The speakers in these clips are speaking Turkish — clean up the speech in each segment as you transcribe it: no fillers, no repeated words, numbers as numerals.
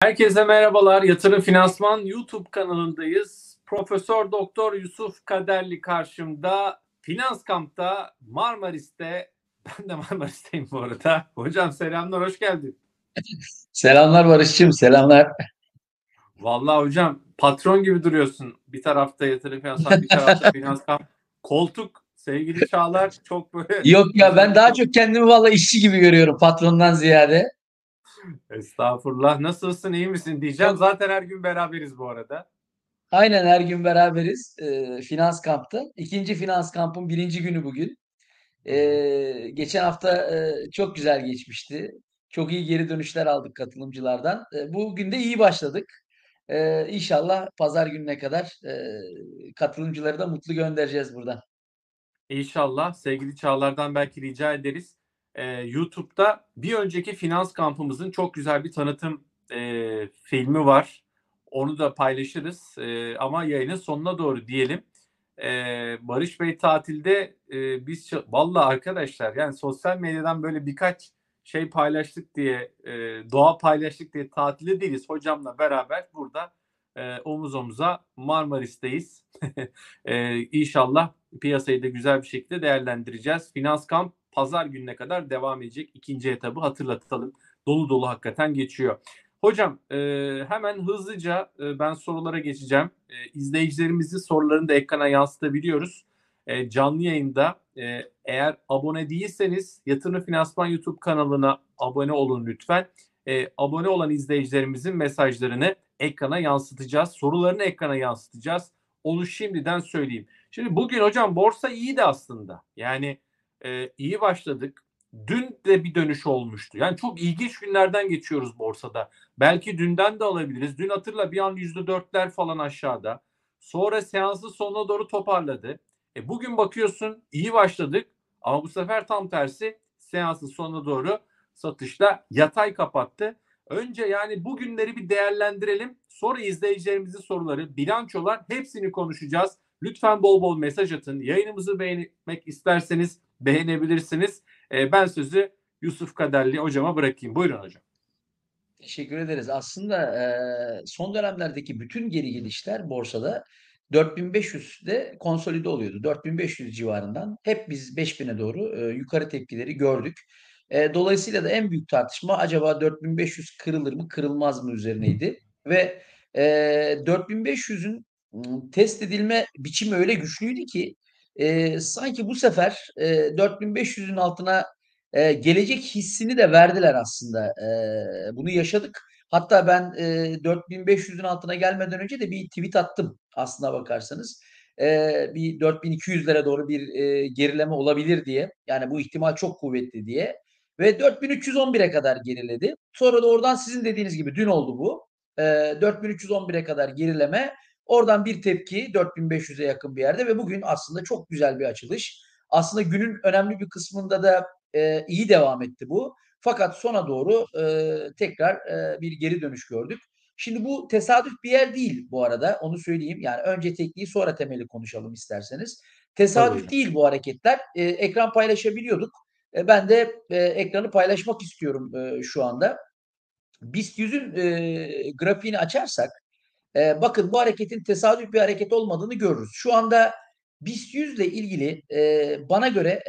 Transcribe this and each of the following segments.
Herkese merhabalar. Yatırım Finansman YouTube kanalındayız. Profesör Doktor Yusuf Kaderli karşımda. Finans Kamp'ta Marmaris'te. Ben de Marmaris'teyim bu arada. Hocam selamlar, hoş geldin. Selamlar Barış'cığım, selamlar. Vallahi hocam patron gibi duruyorsun. Bir tarafta Yatırım Finansman, bir tarafta Finans Kamp. Koltuk sevgili Çağlar çok böyle Yok ya, ben üzerinde daha çok. çok kendimi valla işçi gibi görüyorum patrondan ziyade. Estağfurullah. Nasılsın, iyi misin diyeceğim. Çok Zaten her gün beraberiz bu arada. aynen her gün beraberiz finans kampta. İkinci finans kampın birinci günü bugün. Hı hı. Geçen hafta çok güzel geçmişti. Çok iyi geri dönüşler aldık katılımcılardan. Bugün de iyi başladık. İnşallah pazar gününe kadar katılımcıları da mutlu göndereceğiz buradan. İnşallah sevgili Çağlar'dan belki rica ederiz. YouTube'da bir önceki finans kampımızın çok güzel bir tanıtım filmi var. Onu da paylaşırız. Ama yayının sonuna doğru diyelim. Barış Bey tatilde vallahi arkadaşlar yani sosyal medyadan böyle birkaç şey paylaştık diye doğa paylaştık diye tatilde değiliz. Hocamla beraber burada omuz omuza Marmaris'teyiz. İnşallah piyasayı da güzel bir şekilde değerlendireceğiz. Finans Kamp pazar gününe kadar devam edecek. İkinci etabı hatırlatalım. Dolu dolu hakikaten geçiyor. Hocam hemen hızlıca ben sorulara geçeceğim. İzleyicilerimizin sorularını da ekrana yansıtabiliyoruz. Canlı yayında eğer abone değilseniz Yatırım Finansman YouTube kanalına abone olun lütfen. Abone olan izleyicilerimizin mesajlarını ekrana yansıtacağız. Sorularını ekrana yansıtacağız. Onu şimdiden söyleyeyim. Şimdi bugün hocam borsa iyiydi aslında. Yani iyi başladık. Dün de bir dönüş olmuştu. Yani çok ilginç günlerden geçiyoruz borsada. Belki dünden de alabiliriz. Dün hatırla bir an %4'ler falan aşağıda. Sonra seansın sonuna doğru toparladı. Bugün bakıyorsun iyi başladık ama bu sefer tam tersi seansın sonuna doğru satışla yatay kapattı. Önce yani bugünleri bir değerlendirelim. Sonra izleyicilerimizin soruları, bilançolar hepsini konuşacağız. Lütfen bol bol mesaj atın. Yayınımızı beğenmek isterseniz beğenebilirsiniz. Ben sözü Yusuf Kaderli hocama bırakayım. Buyurun hocam. Teşekkür ederiz. Aslında son dönemlerdeki bütün geri gelişler borsada 4500'de konsolide oluyordu. 4500 civarından hep biz 5000'e doğru yukarı tepkileri gördük. Dolayısıyla da en büyük tartışma acaba 4500 kırılır mı kırılmaz mı üzerineydi. Ve 4500'ün test edilme biçimi öyle güçlüydü ki sanki bu sefer 4500'ün altına gelecek hissini de verdiler aslında. Bunu yaşadık. Hatta ben 4500'ün altına gelmeden önce de bir tweet attım aslına bakarsanız. Bir 4200'lere doğru bir gerileme olabilir diye. Yani bu ihtimal çok kuvvetli diye. Ve 4311'e kadar geriledi. Sonra da oradan sizin dediğiniz gibi dün oldu bu. 4311'e kadar gerileme. Oradan bir tepki 4500'e yakın bir yerde ve bugün aslında çok güzel bir açılış. Aslında günün önemli bir kısmında da iyi devam etti bu. Fakat sona doğru tekrar bir geri dönüş gördük. Şimdi bu tesadüf bir yer değil bu arada. Onu söyleyeyim. Yani önce tekniği sonra temeli konuşalım isterseniz. Tabii Tesadüf hocam. değil bu hareketler. Ekran paylaşabiliyorduk. Ben de ekranı paylaşmak istiyorum şu anda. BIST 100'ün grafiğini açarsak bakın bu hareketin tesadüf bir hareket olmadığını görürüz. Şu anda BIST 100 ile ilgili bana göre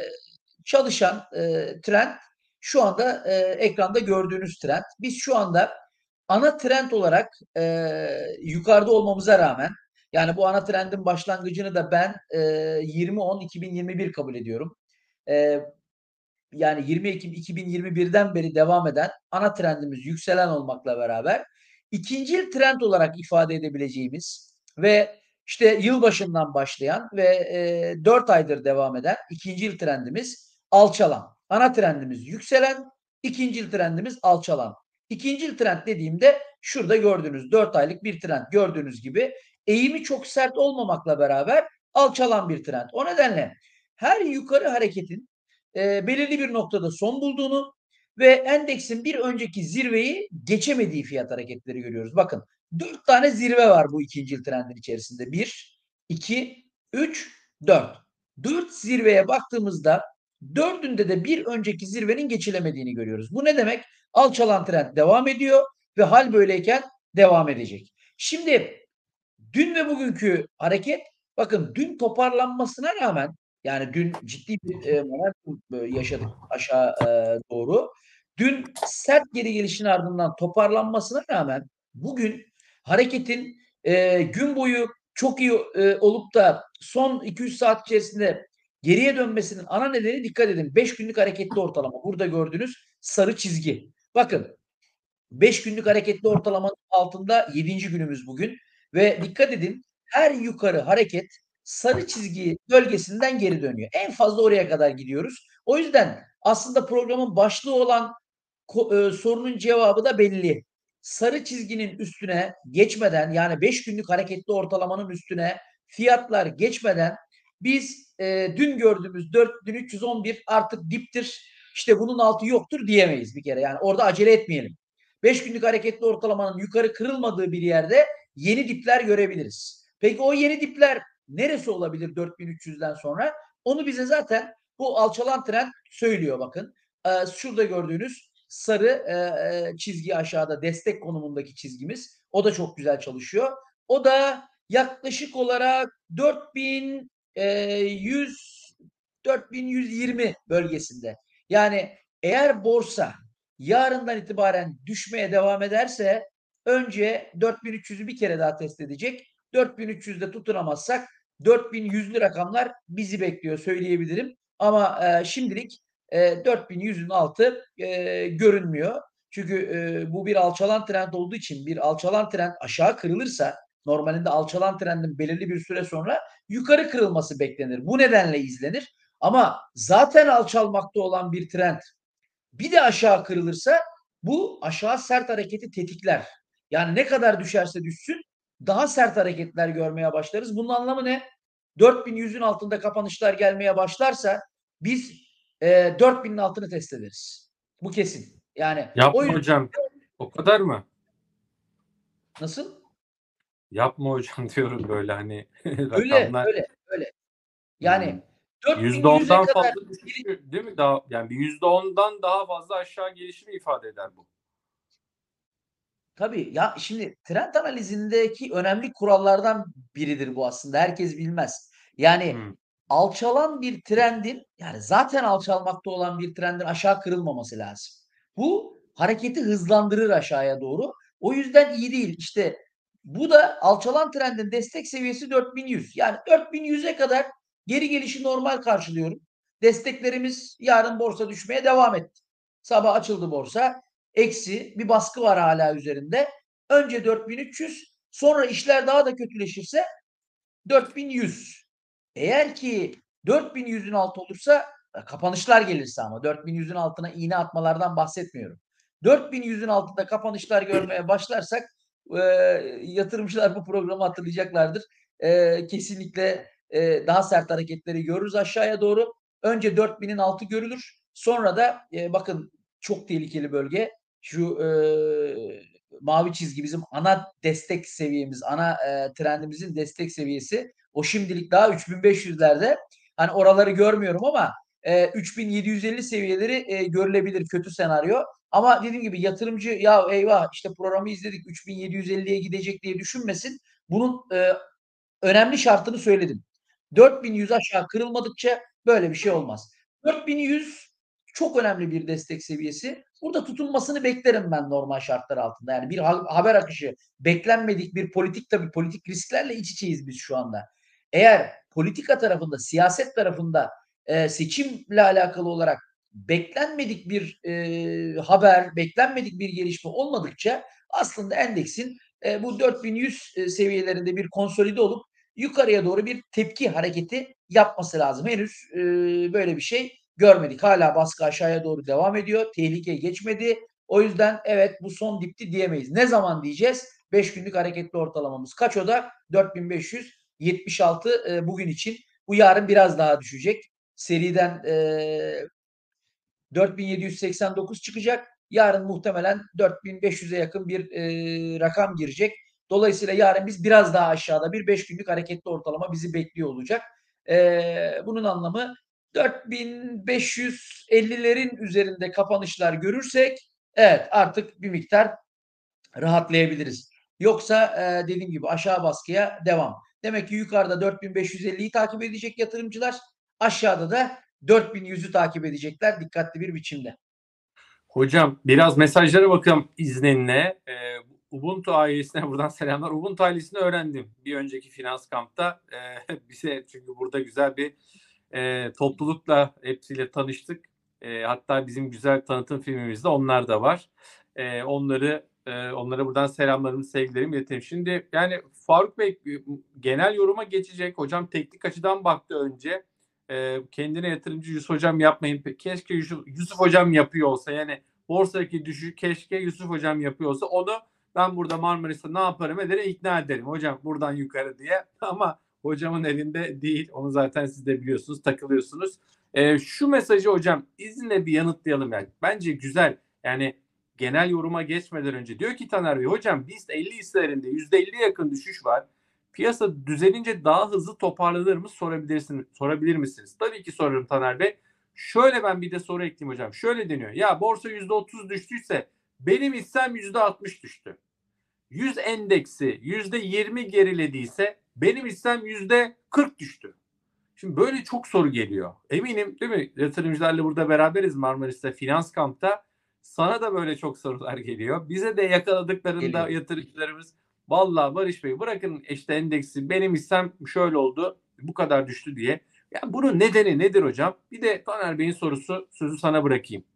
çalışan trend şu anda ekranda gördüğünüz trend. Biz şu anda ana trend olarak yukarıda olmamıza rağmen yani bu ana trendin başlangıcını da ben 20-10-2021 kabul ediyorum. E, Yani 20 Ekim 2021'den beri devam eden ana trendimiz yükselen olmakla beraber ikincil trend olarak ifade edebileceğimiz ve işte yılbaşından başlayan ve 4 aydır devam eden ikincil trendimiz alçalan. Ana trendimiz yükselen, ikincil trendimiz alçalan. İkincil trend dediğimde şurada gördüğünüz 4 aylık bir trend gördüğünüz gibi eğimi çok sert olmamakla beraber alçalan bir trend. O nedenle her yukarı hareketin belirli bir noktada son bulduğunu ve endeksin bir önceki zirveyi geçemediği fiyat hareketleri görüyoruz. Bakın 4 tane zirve var bu ikinci trendin içerisinde. 1, 2, 3, 4. 4 zirveye baktığımızda dördünde de bir önceki zirvenin geçilemediğini görüyoruz. Bu ne demek? Alçalan trend devam ediyor. ve hal böyleyken devam edecek. Şimdi dün ve bugünkü hareket, bakın dün toparlanmasına rağmen, yani dün ciddi bir momentum yaşadık aşağı doğru. Dün sert geri gelişin ardından toparlanmasına rağmen bugün hareketin gün boyu çok iyi olup da son 2-3 saat içerisinde geriye dönmesinin ana nedeni, dikkat edin, 5 günlük hareketli ortalama. Burada gördüğünüz sarı çizgi. Bakın, 5 günlük hareketli ortalamanın altında 7. günümüz bugün ve dikkat edin, her yukarı hareket sarı çizgi bölgesinden geri dönüyor. En fazla oraya kadar gidiyoruz. O yüzden aslında programın başlığı olan sorunun cevabı da belli. Sarı çizginin üstüne geçmeden, yani 5 günlük hareketli ortalamanın üstüne fiyatlar geçmeden biz dün gördüğümüz 4311 artık diptir, İşte bunun altı yoktur diyemeyiz bir kere. Yani orada acele etmeyelim. 5 günlük hareketli ortalamanın yukarı kırılmadığı bir yerde yeni dipler görebiliriz. Peki o yeni dipler neresi olabilir 4300'den sonra? Onu bize zaten bu alçalan trend söylüyor, bakın. Şurada gördüğünüz sarı çizgi aşağıda destek konumundaki çizgimiz. O da çok güzel çalışıyor. O da yaklaşık olarak 4100 4120 bölgesinde. Yani eğer borsa yarından itibaren düşmeye devam ederse önce 4300'ü bir kere daha test edecek. 4300'de tutunamazsak 4100'lü rakamlar bizi bekliyor söyleyebilirim. Ama şimdilik 4100'ün altı görünmüyor. Çünkü bu bir alçalan trend olduğu için, bir alçalan trend aşağı kırılırsa, normalinde alçalan trendin belirli bir süre sonra yukarı kırılması beklenir. Bu nedenle izlenir. Ama zaten alçalmakta olan bir trend bir de aşağı kırılırsa bu aşağı sert hareketi tetikler. Yani ne kadar düşerse düşsün daha sert hareketler görmeye başlarız. Bunun anlamı ne? 4100'ün altında kapanışlar gelmeye başlarsa biz 4000'in altını test ederiz. Bu kesin. Yani o Yapma yüzden hocam. O kadar mı? nasıl? Yapma hocam diyorum, böyle hani Öyle, rakamlar. öyle, öyle. Hmm. Yani 4100'e %10'dan kadar fazla düşüşü değil mi? Daha, yani bir %10'dan daha fazla aşağı gelişimi ifade eder bu. tabii ya, şimdi trend analizindeki önemli kurallardan biridir bu aslında. Herkes bilmez. Yani Hmm. alçalan bir trendin, yani zaten alçalmakta olan bir trendin aşağı kırılmaması lazım. Bu hareketi hızlandırır aşağıya doğru. O yüzden iyi değil. İşte bu da alçalan trendin destek seviyesi 4100. Yani 4100'e kadar geri gelişi normal karşılıyorum. Desteklerimiz, yarın borsa düşmeye devam etti. Sabah açıldı borsa. Eksi bir baskı var hala üzerinde. Önce 4300, sonra işler daha da kötüleşirse 4100. Eğer ki 4100'ün altı olursa, kapanışlar gelirse, ama 4100'ün altına iğne atmalardan bahsetmiyorum. 4100'ün altında kapanışlar görmeye başlarsak e, yatırımcılar bu programı hatırlayacaklardır. Kesinlikle daha sert hareketleri görürüz aşağıya doğru. Önce 4000'in altı görülür. Sonra da bakın, çok tehlikeli bölge. Şu mavi çizgi bizim ana destek seviyemiz, ana trendimizin destek seviyesi. O şimdilik daha 3500'lerde. Hani oraları görmüyorum ama 3750 seviyeleri görülebilir kötü senaryo. Ama dediğim gibi yatırımcı ya eyvah işte programı izledik 3750'ye gidecek diye düşünmesin. Bunun önemli şartını söyledim. 4100 aşağı kırılmadıkça böyle bir şey olmaz. 4100 çok önemli bir destek seviyesi. Burada tutunmasını beklerim ben normal şartlar altında. Yani bir haber akışı, beklenmedik bir politik, tabii politik risklerle iç içeyiz biz şu anda. Eğer politika tarafında, siyaset tarafında seçimle alakalı olarak beklenmedik bir haber, beklenmedik bir gelişme olmadıkça aslında endeksin bu 4100 seviyelerinde bir konsolide olup yukarıya doğru bir tepki hareketi yapması lazım. Henüz böyle bir şey görmedik. Hala baskı aşağıya doğru devam ediyor. Tehlike geçmedi. O yüzden evet, bu son dipti diyemeyiz. Ne zaman diyeceğiz? 5 günlük hareketli ortalamamız kaç o da? 4576 bugün için. Bu yarın biraz daha düşecek. Seriden 4789 çıkacak. Yarın muhtemelen 4500'e yakın bir rakam girecek. Dolayısıyla yarın biz biraz daha aşağıda bir 5 günlük hareketli ortalama bizi bekliyor olacak. Bunun anlamı 4550'lerin üzerinde kapanışlar görürsek evet, artık bir miktar rahatlayabiliriz. Yoksa dediğim gibi aşağı baskıya devam. Demek ki yukarıda 4550'yi takip edecek yatırımcılar, aşağıda da 4100'ü takip edecekler dikkatli bir biçimde. Hocam biraz mesajlara bakalım izninle. Ubuntu ailesine buradan selamlar. Ubuntu ailesini öğrendim bir önceki finans kampta. Bize çünkü burada güzel bir toplulukla hepsiyle tanıştık. Hatta bizim güzel tanıtım filmimizde onlar da var. Onlara buradan selamlarımı, sevgilerimi iletelim. Şimdi yani Faruk Bey genel yoruma geçecek. Hocam teknik açıdan baktı önce. Kendine yatırımcı Yusuf Hocam yapmayın. Keşke Yusuf Hocam yapıyor olsa. Yani borsadaki düşüşü keşke Yusuf Hocam yapıyor olsa. Onu ben burada Marmaris'te ne yaparım ederim ikna ederim. Hocam buradan yukarı diye. Ama hocamın elinde değil. Onu zaten siz de biliyorsunuz. Takılıyorsunuz. Şu mesajı hocam izinle bir yanıtlayalım. Yani. Bence güzel. Yani genel yoruma geçmeden önce diyor ki Taner Bey hocam BIST 50 hisselerinde %50 yakın düşüş var. Piyasa düzelince daha hızlı toparlanır mı sorabilir misiniz? Tabii ki sorarım Taner Bey. Şöyle ben bir de soru ekleyeyim hocam. Şöyle deniyor. Ya borsa %30 düştüyse benim hissem %60 düştü. 100 endeksi %20 gerilediyse benim hissem %40 düştü. Şimdi böyle çok soru geliyor. Eminim değil mi? Yatırımcılarla burada beraberiz Marmaris'te Finans Kamp'ta. Sana da böyle çok sorular geliyor. Bize de yakaladıklarında Geliyor. yatırımcılarımız vallahi Barış Bey bırakın işte endeksi benim hissem şöyle oldu bu kadar düştü diye. Ya bunun nedeni nedir hocam? Bir de Taner Bey'in sorusu sözü sana bırakayım.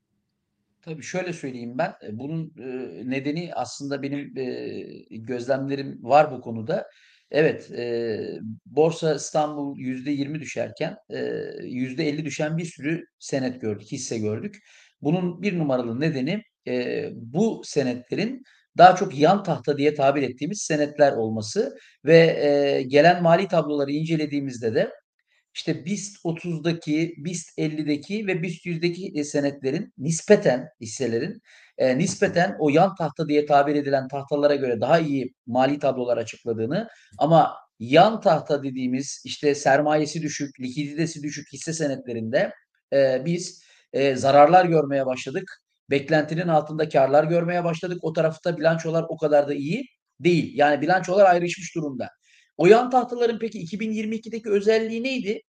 Tabii şöyle söyleyeyim ben, bunun, nedeni aslında benim, gözlemlerim var bu konuda. Evet, Borsa İstanbul %20 düşerken, %50 düşen bir sürü senet gördük, hisse gördük. Bunun bir numaralı nedeni, bu senetlerin daha çok yan tahta diye tabir ettiğimiz senetler olması ve, gelen mali tabloları incelediğimizde de işte BIST 30'daki, BIST 50'deki ve BIST 100'deki senetlerin nispeten hisselerin, nispeten o yan tahta diye tabir edilen tahtalara göre daha iyi mali tablolar açıkladığını ama yan tahta dediğimiz, işte, sermayesi düşük, likiditesi düşük hisse senetlerinde, biz, zararlar görmeye başladık. Beklentinin altında kârlar görmeye başladık. O tarafta bilançolar o kadar da iyi değil. Yani bilançolar ayrışmış durumda. O yan tahtaların peki 2022'deki özelliği neydi?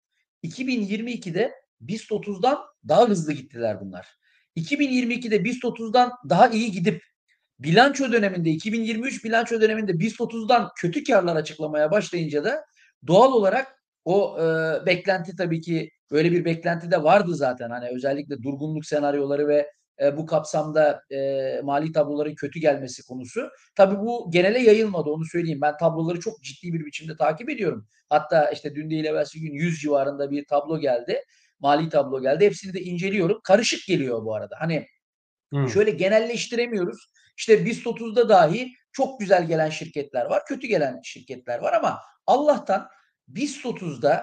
2022'de BIST 30'dan daha hızlı gittiler bunlar. 2022'de BIST 30'dan daha iyi gidip bilanço döneminde 2023 bilanço döneminde BIST 30'dan kötü karlar açıklamaya başlayınca da doğal olarak o beklenti tabii ki böyle bir beklenti de vardı zaten. Hani özellikle durgunluk senaryoları ve bu kapsamda mali tabloların kötü gelmesi konusu. Tabii bu genele yayılmadı onu söyleyeyim. Ben tabloları çok ciddi bir biçimde takip ediyorum. Hatta işte dün değil evvelsi gün 100 civarında bir tablo geldi. Mali tablo geldi. Hepsini de inceliyorum. Karışık geliyor bu arada. Hani Hı. şöyle genelleştiremiyoruz. İşte BIST 30'da dahi çok güzel gelen şirketler var, kötü gelen şirketler var ama Allah'tan BIST 30'da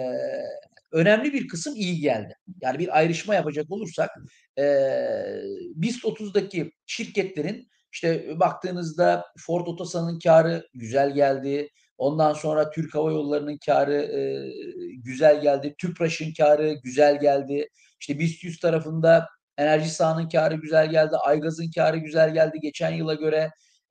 önemli bir kısım iyi geldi. Yani bir ayrışma yapacak olursak BIST 30'daki şirketlerin işte baktığınızda Ford Otosan'ın karı güzel geldi. Ondan sonra Türk Hava Yolları'nın karı güzel geldi. Tüpraş'ın karı güzel geldi. İşte BIST 100 tarafında Enerji Sahan'ın kârı güzel geldi. Aygaz'ın kârı güzel geldi geçen yıla göre.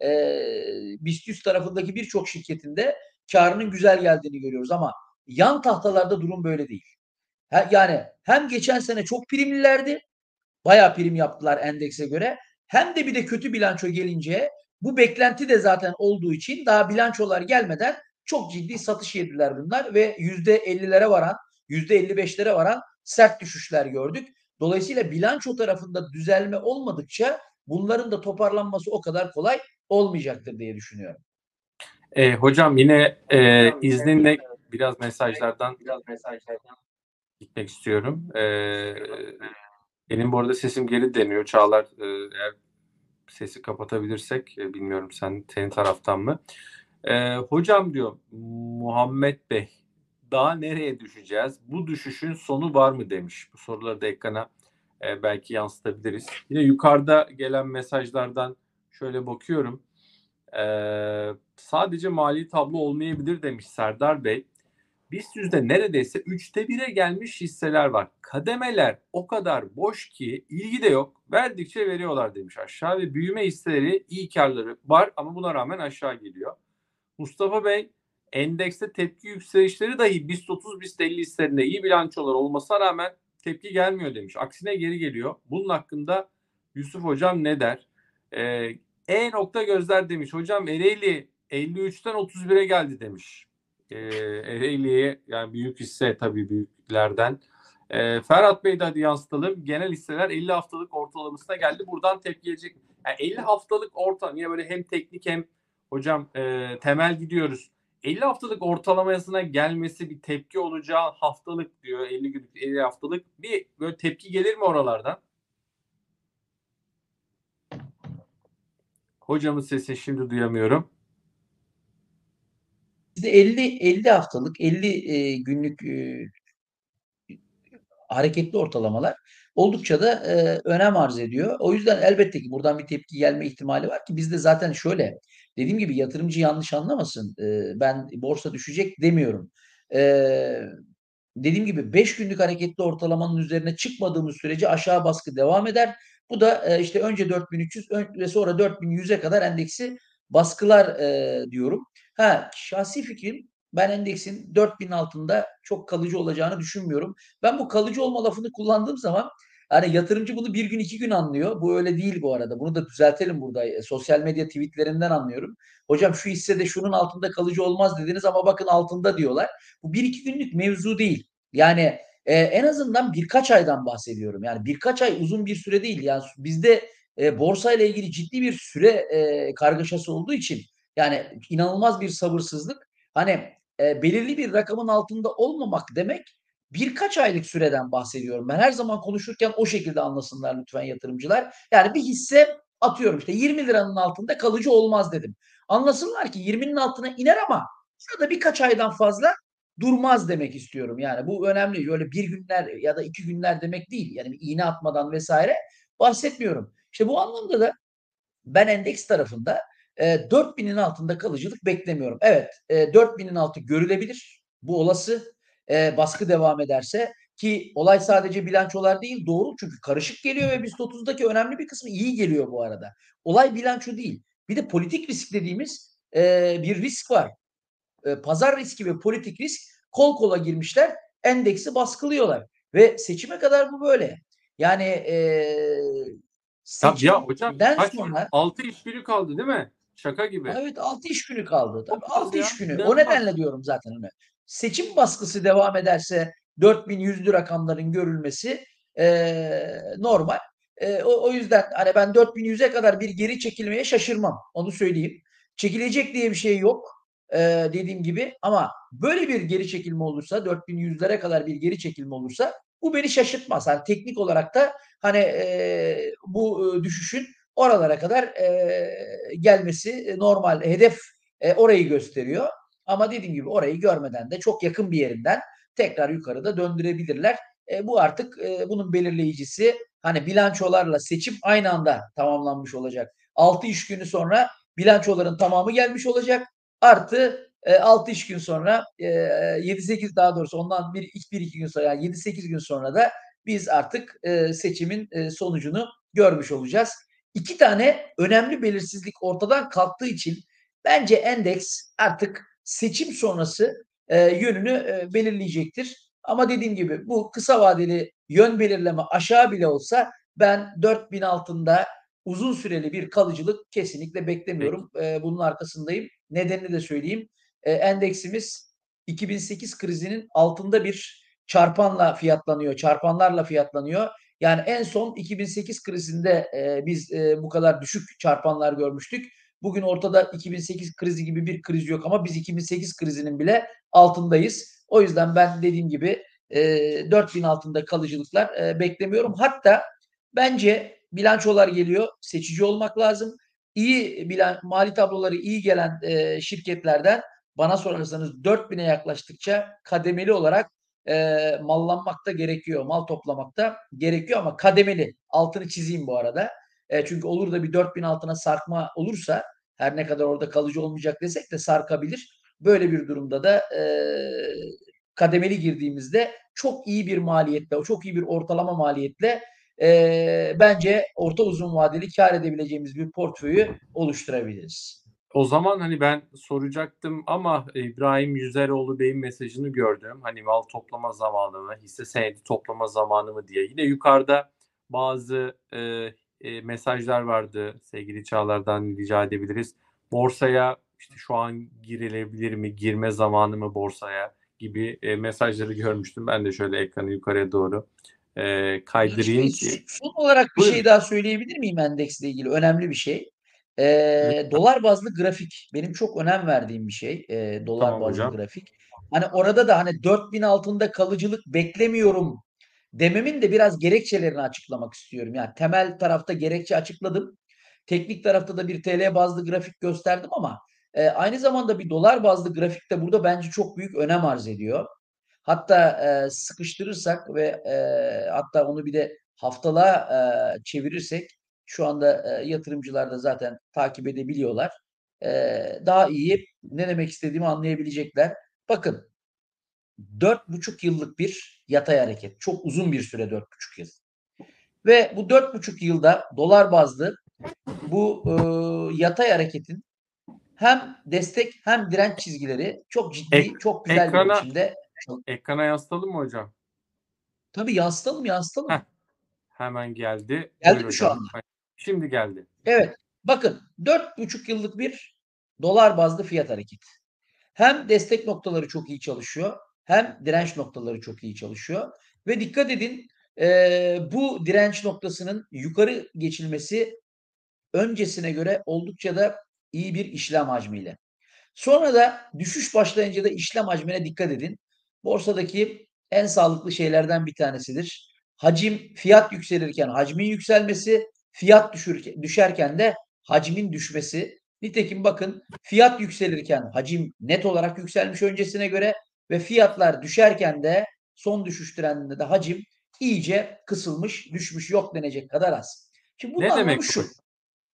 BIST 100 tarafındaki birçok şirketin de kârının güzel geldiğini görüyoruz ama yan tahtalarda durum böyle değil. Yani hem geçen sene çok primlilerdi, bayağı prim yaptılar endekse göre. Hem de bir de kötü bilanço gelince bu beklenti de zaten olduğu için daha bilançolar gelmeden çok ciddi satış yediler bunlar ve %50'lere varan, %55'lere varan sert düşüşler gördük. Dolayısıyla bilanço tarafında düzelme olmadıkça bunların da toparlanması o kadar kolay olmayacaktır diye düşünüyorum. Hocam yine izninle biraz mesajlardan gitmek istiyorum. Benim bu arada sesim geri deniyor. Çağlar eğer sesi kapatabilirsek bilmiyorum senin taraftan mı? Hocam diyor Muhammed Bey daha nereye düşeceğiz? Bu düşüşün sonu var mı demiş. Bu soruları da ekrana belki yansıtabiliriz. Yine yukarıda gelen mesajlardan şöyle bakıyorum. Sadece mali tablo olmayabilir demiş Serdar Bey. BIST yüzde neredeyse 1/3'e gelmiş hisseler var. Kademeler o kadar boş ki ilgi de yok. Verdikçe veriyorlar demiş aşağı ve büyüme hisseleri iyi karları var ama buna rağmen aşağı geliyor. Mustafa Bey, endekste tepki yükselişleri dahi BIST 30, BIST 50 hisselerinde iyi bilançolar olmasına rağmen tepki gelmiyor demiş. Aksine geri geliyor. Bunun hakkında Yusuf Hocam ne der? E nokta gözler demiş. Hocam Ereğli 53'ten 31'e geldi demiş. Ereğli'ye yani büyük hisse tabii büyüklerden. Ferhat Bey de hadi yansıtalım. Genel hisseler 50 haftalık ortalamasına geldi. Buradan tepki gelecek. Yani 50 haftalık orta niye böyle hem teknik hem hocam temel gidiyoruz. 50 haftalık ortalamasına gelmesi bir tepki olacağı haftalık diyor. 50 günlük 50 haftalık bir böyle tepki gelir mi oralardan? Hocamın sesini şimdi duyamıyorum. Bizde 50 haftalık, 50 günlük hareketli ortalamalar oldukça da önem arz ediyor. O yüzden elbette ki buradan bir tepki gelme ihtimali var ki bizde zaten şöyle dediğim gibi yatırımcı yanlış anlamasın. Ben borsa düşecek demiyorum. Eee, Dediğim gibi 5 günlük hareketli ortalamanın üzerine çıkmadığımız sürece aşağı baskı devam eder. Bu da işte önce 4300 ve sonra 4100'e kadar endeksi baskılar diyorum. Şahsi fikrim ben endeksin 4000 altında çok kalıcı olacağını düşünmüyorum. Ben bu kalıcı olma lafını kullandığım zaman hani yatırımcı bunu bir gün iki gün anlıyor. Bu öyle değil bu arada. Bunu da düzeltelim burada. Sosyal medya tweetlerinden anlıyorum. Hocam şu hissede şunun altında kalıcı olmaz dediniz ama bakın altında diyorlar. Bu bir iki günlük mevzu değil. Yani en azından birkaç aydan bahsediyorum. Yani birkaç ay uzun bir süre değil. Yani bizde borsayla ilgili ciddi bir süre kargaşası olduğu için yani inanılmaz bir sabırsızlık. Hani belirli bir rakamın altında olmamak demek birkaç aylık süreden bahsediyorum. Ben her zaman konuşurken o şekilde anlasınlar lütfen yatırımcılar. Yani bir hisse atıyorum işte 20 liranın altında kalıcı olmaz dedim. Anlasınlar ki 20'nin altına iner ama şurada birkaç aydan fazla durmaz demek istiyorum. Yani bu önemli. Öyle bir günler ya da iki günler demek değil. Yani bir iğne atmadan vesaire bahsetmiyorum. İşte bu anlamda da ben endeks tarafında 4000'in altında kalıcılık beklemiyorum. Evet, 4000'in altı görülebilir. Bu olası. Baskı devam ederse ki olay sadece bilançolar değil doğru çünkü karışık geliyor ve BIST 30'daki önemli bir kısmı iyi geliyor bu arada. Olay bilanço değil. Bir de politik risk dediğimiz bir risk var. Pazar riski ve politik risk kol kola girmişler. Endeksi baskılıyorlar. Ve seçime kadar bu böyle. Yani Ya hocam seçimden kaç gün? sonra 6 iş günü kaldı değil mi? Şaka gibi. evet 6 iş günü kaldı. Tabii Çok az 6 iş ya. günü. O İnanılmaz. nedenle diyorum zaten hani. Seçim baskısı devam ederse 4100'lü rakamların görülmesi normal. O yüzden hani ben 4100'e kadar bir geri çekilmeye şaşırmam. Onu söyleyeyim. Çekilecek diye bir şey yok. Dediğim gibi ama böyle bir geri çekilme olursa 4100'lere kadar bir geri çekilme olursa bu beni şaşırtmaz. Hani teknik olarak da hani bu düşüşün oralara kadar gelmesi normal. Hedef orayı gösteriyor. Ama dediğim gibi orayı görmeden de çok yakın bir yerinden tekrar yukarıda döndürebilirler. Bu artık bunun belirleyicisi hani bilançolarla seçim aynı anda tamamlanmış olacak. 6 iş günü sonra bilançoların tamamı gelmiş olacak. Artı 6 iş gün sonra 7-8 daha doğrusu ondan bir iki gün sonra yani 7-8 gün sonra da biz artık seçimin sonucunu görmüş olacağız. İki tane önemli belirsizlik ortadan kalktığı için bence endeks artık seçim sonrası yönünü belirleyecektir. Ama dediğim gibi bu kısa vadeli yön belirleme aşağı bile olsa ben 4000 altında uzun süreli bir kalıcılık kesinlikle Peki. beklemiyorum. Bunun arkasındayım. Nedenini de söyleyeyim. Endeksimiz 2008 krizinin altında bir çarpanla fiyatlanıyor. Çarpanlarla fiyatlanıyor. Yani en son 2008 krizinde biz bu kadar düşük çarpanlar görmüştük. Bugün ortada 2008 krizi gibi bir kriz yok ama biz 2008 krizinin bile altındayız. O yüzden ben dediğim gibi 4000 altında kalıcılıklar beklemiyorum. Hatta bence bilançolar geliyor. Seçici olmak lazım. İyi mali tabloları iyi gelen şirketlerden bana sorarsanız 4000'e yaklaştıkça kademeli olarak mallanmak da gerekiyor. Mal toplamak da gerekiyor ama kademeli. Altını çizeyim bu arada. Çünkü olur da bir 4000 altına sarkma olursa her ne kadar orada kalıcı olmayacak desek de sarkabilir. Böyle bir durumda da kademeli girdiğimizde çok iyi bir maliyetle, çok iyi bir ortalama maliyetle bence orta uzun vadeli kâr edebileceğimiz bir portföyü oluşturabiliriz. O zaman, hani, ben soracaktım ama İbrahim Yüzeroğlu Bey'in mesajını gördüm. Hani, mal toplama zamanı mı, hisse senedi toplama zamanı mı diye. Yine yukarıda bazı, mesajlar vardı. Sevgili Çağlar'dan rica edebiliriz. Borsaya, işte, şu an girilebilir mi, girme zamanı mı borsaya gibi, mesajları görmüştüm. Ben de şöyle ekranı yukarıya doğru, kaydırayım ki. Son olarak bir şey Buyurun. daha söyleyebilir miyim endeksle ilgili? Önemli bir şey. Lütfen. Dolar bazlı grafik benim çok önem verdiğim bir şey. Dolar Tamam bazlı hocam. grafik. Hani orada da hani 4000 altında kalıcılık beklemiyorum dememin de biraz gerekçelerini açıklamak istiyorum. Yani temel tarafta gerekçe açıkladım. Teknik tarafta da bir TL bazlı grafik gösterdim ama aynı zamanda bir dolar bazlı grafik de burada bence çok büyük önem arz ediyor. Hatta sıkıştırırsak ve hatta onu bir de haftalığa çevirirsek şu anda yatırımcılar da zaten takip edebiliyorlar. Daha iyi ne demek istediğimi anlayabilecekler. Bakın 4,5 yıllık bir yatay hareket. Çok uzun bir süre 4,5 yıl. Ve bu 4,5 yılda dolar bazlı bu yatay hareketin hem destek hem direnç çizgileri çok Ek ciddi, çok güzel bir ekrana biçimde ekrana yansıtalım mı hocam? tabii yansıtalım, Heh, yansıtalım. hemen geldi. Geldi Buyur mi şu hocam anda? lütfen. Şimdi geldi. Evet. Bakın 4,5 yıllık bir dolar bazlı fiyat hareketi. Hem destek noktaları çok iyi çalışıyor hem direnç noktaları çok iyi çalışıyor. Ve dikkat edin bu direnç noktasının yukarı geçilmesi öncesine göre oldukça da iyi bir işlem hacmiyle. Sonra da düşüş başlayınca da işlem hacmine dikkat edin. Borsadaki en sağlıklı şeylerden bir tanesidir. Hacim, fiyat yükselirken hacmin yükselmesi, fiyat düşerken de hacmin düşmesi. Nitekim bakın fiyat yükselirken hacim net olarak yükselmiş öncesine göre ve fiyatlar düşerken de son düşüş trendinde de hacim iyice kısılmış, düşmüş, yok denecek kadar az. Şimdi bunun Ne anlamı demek bu şu. hocam?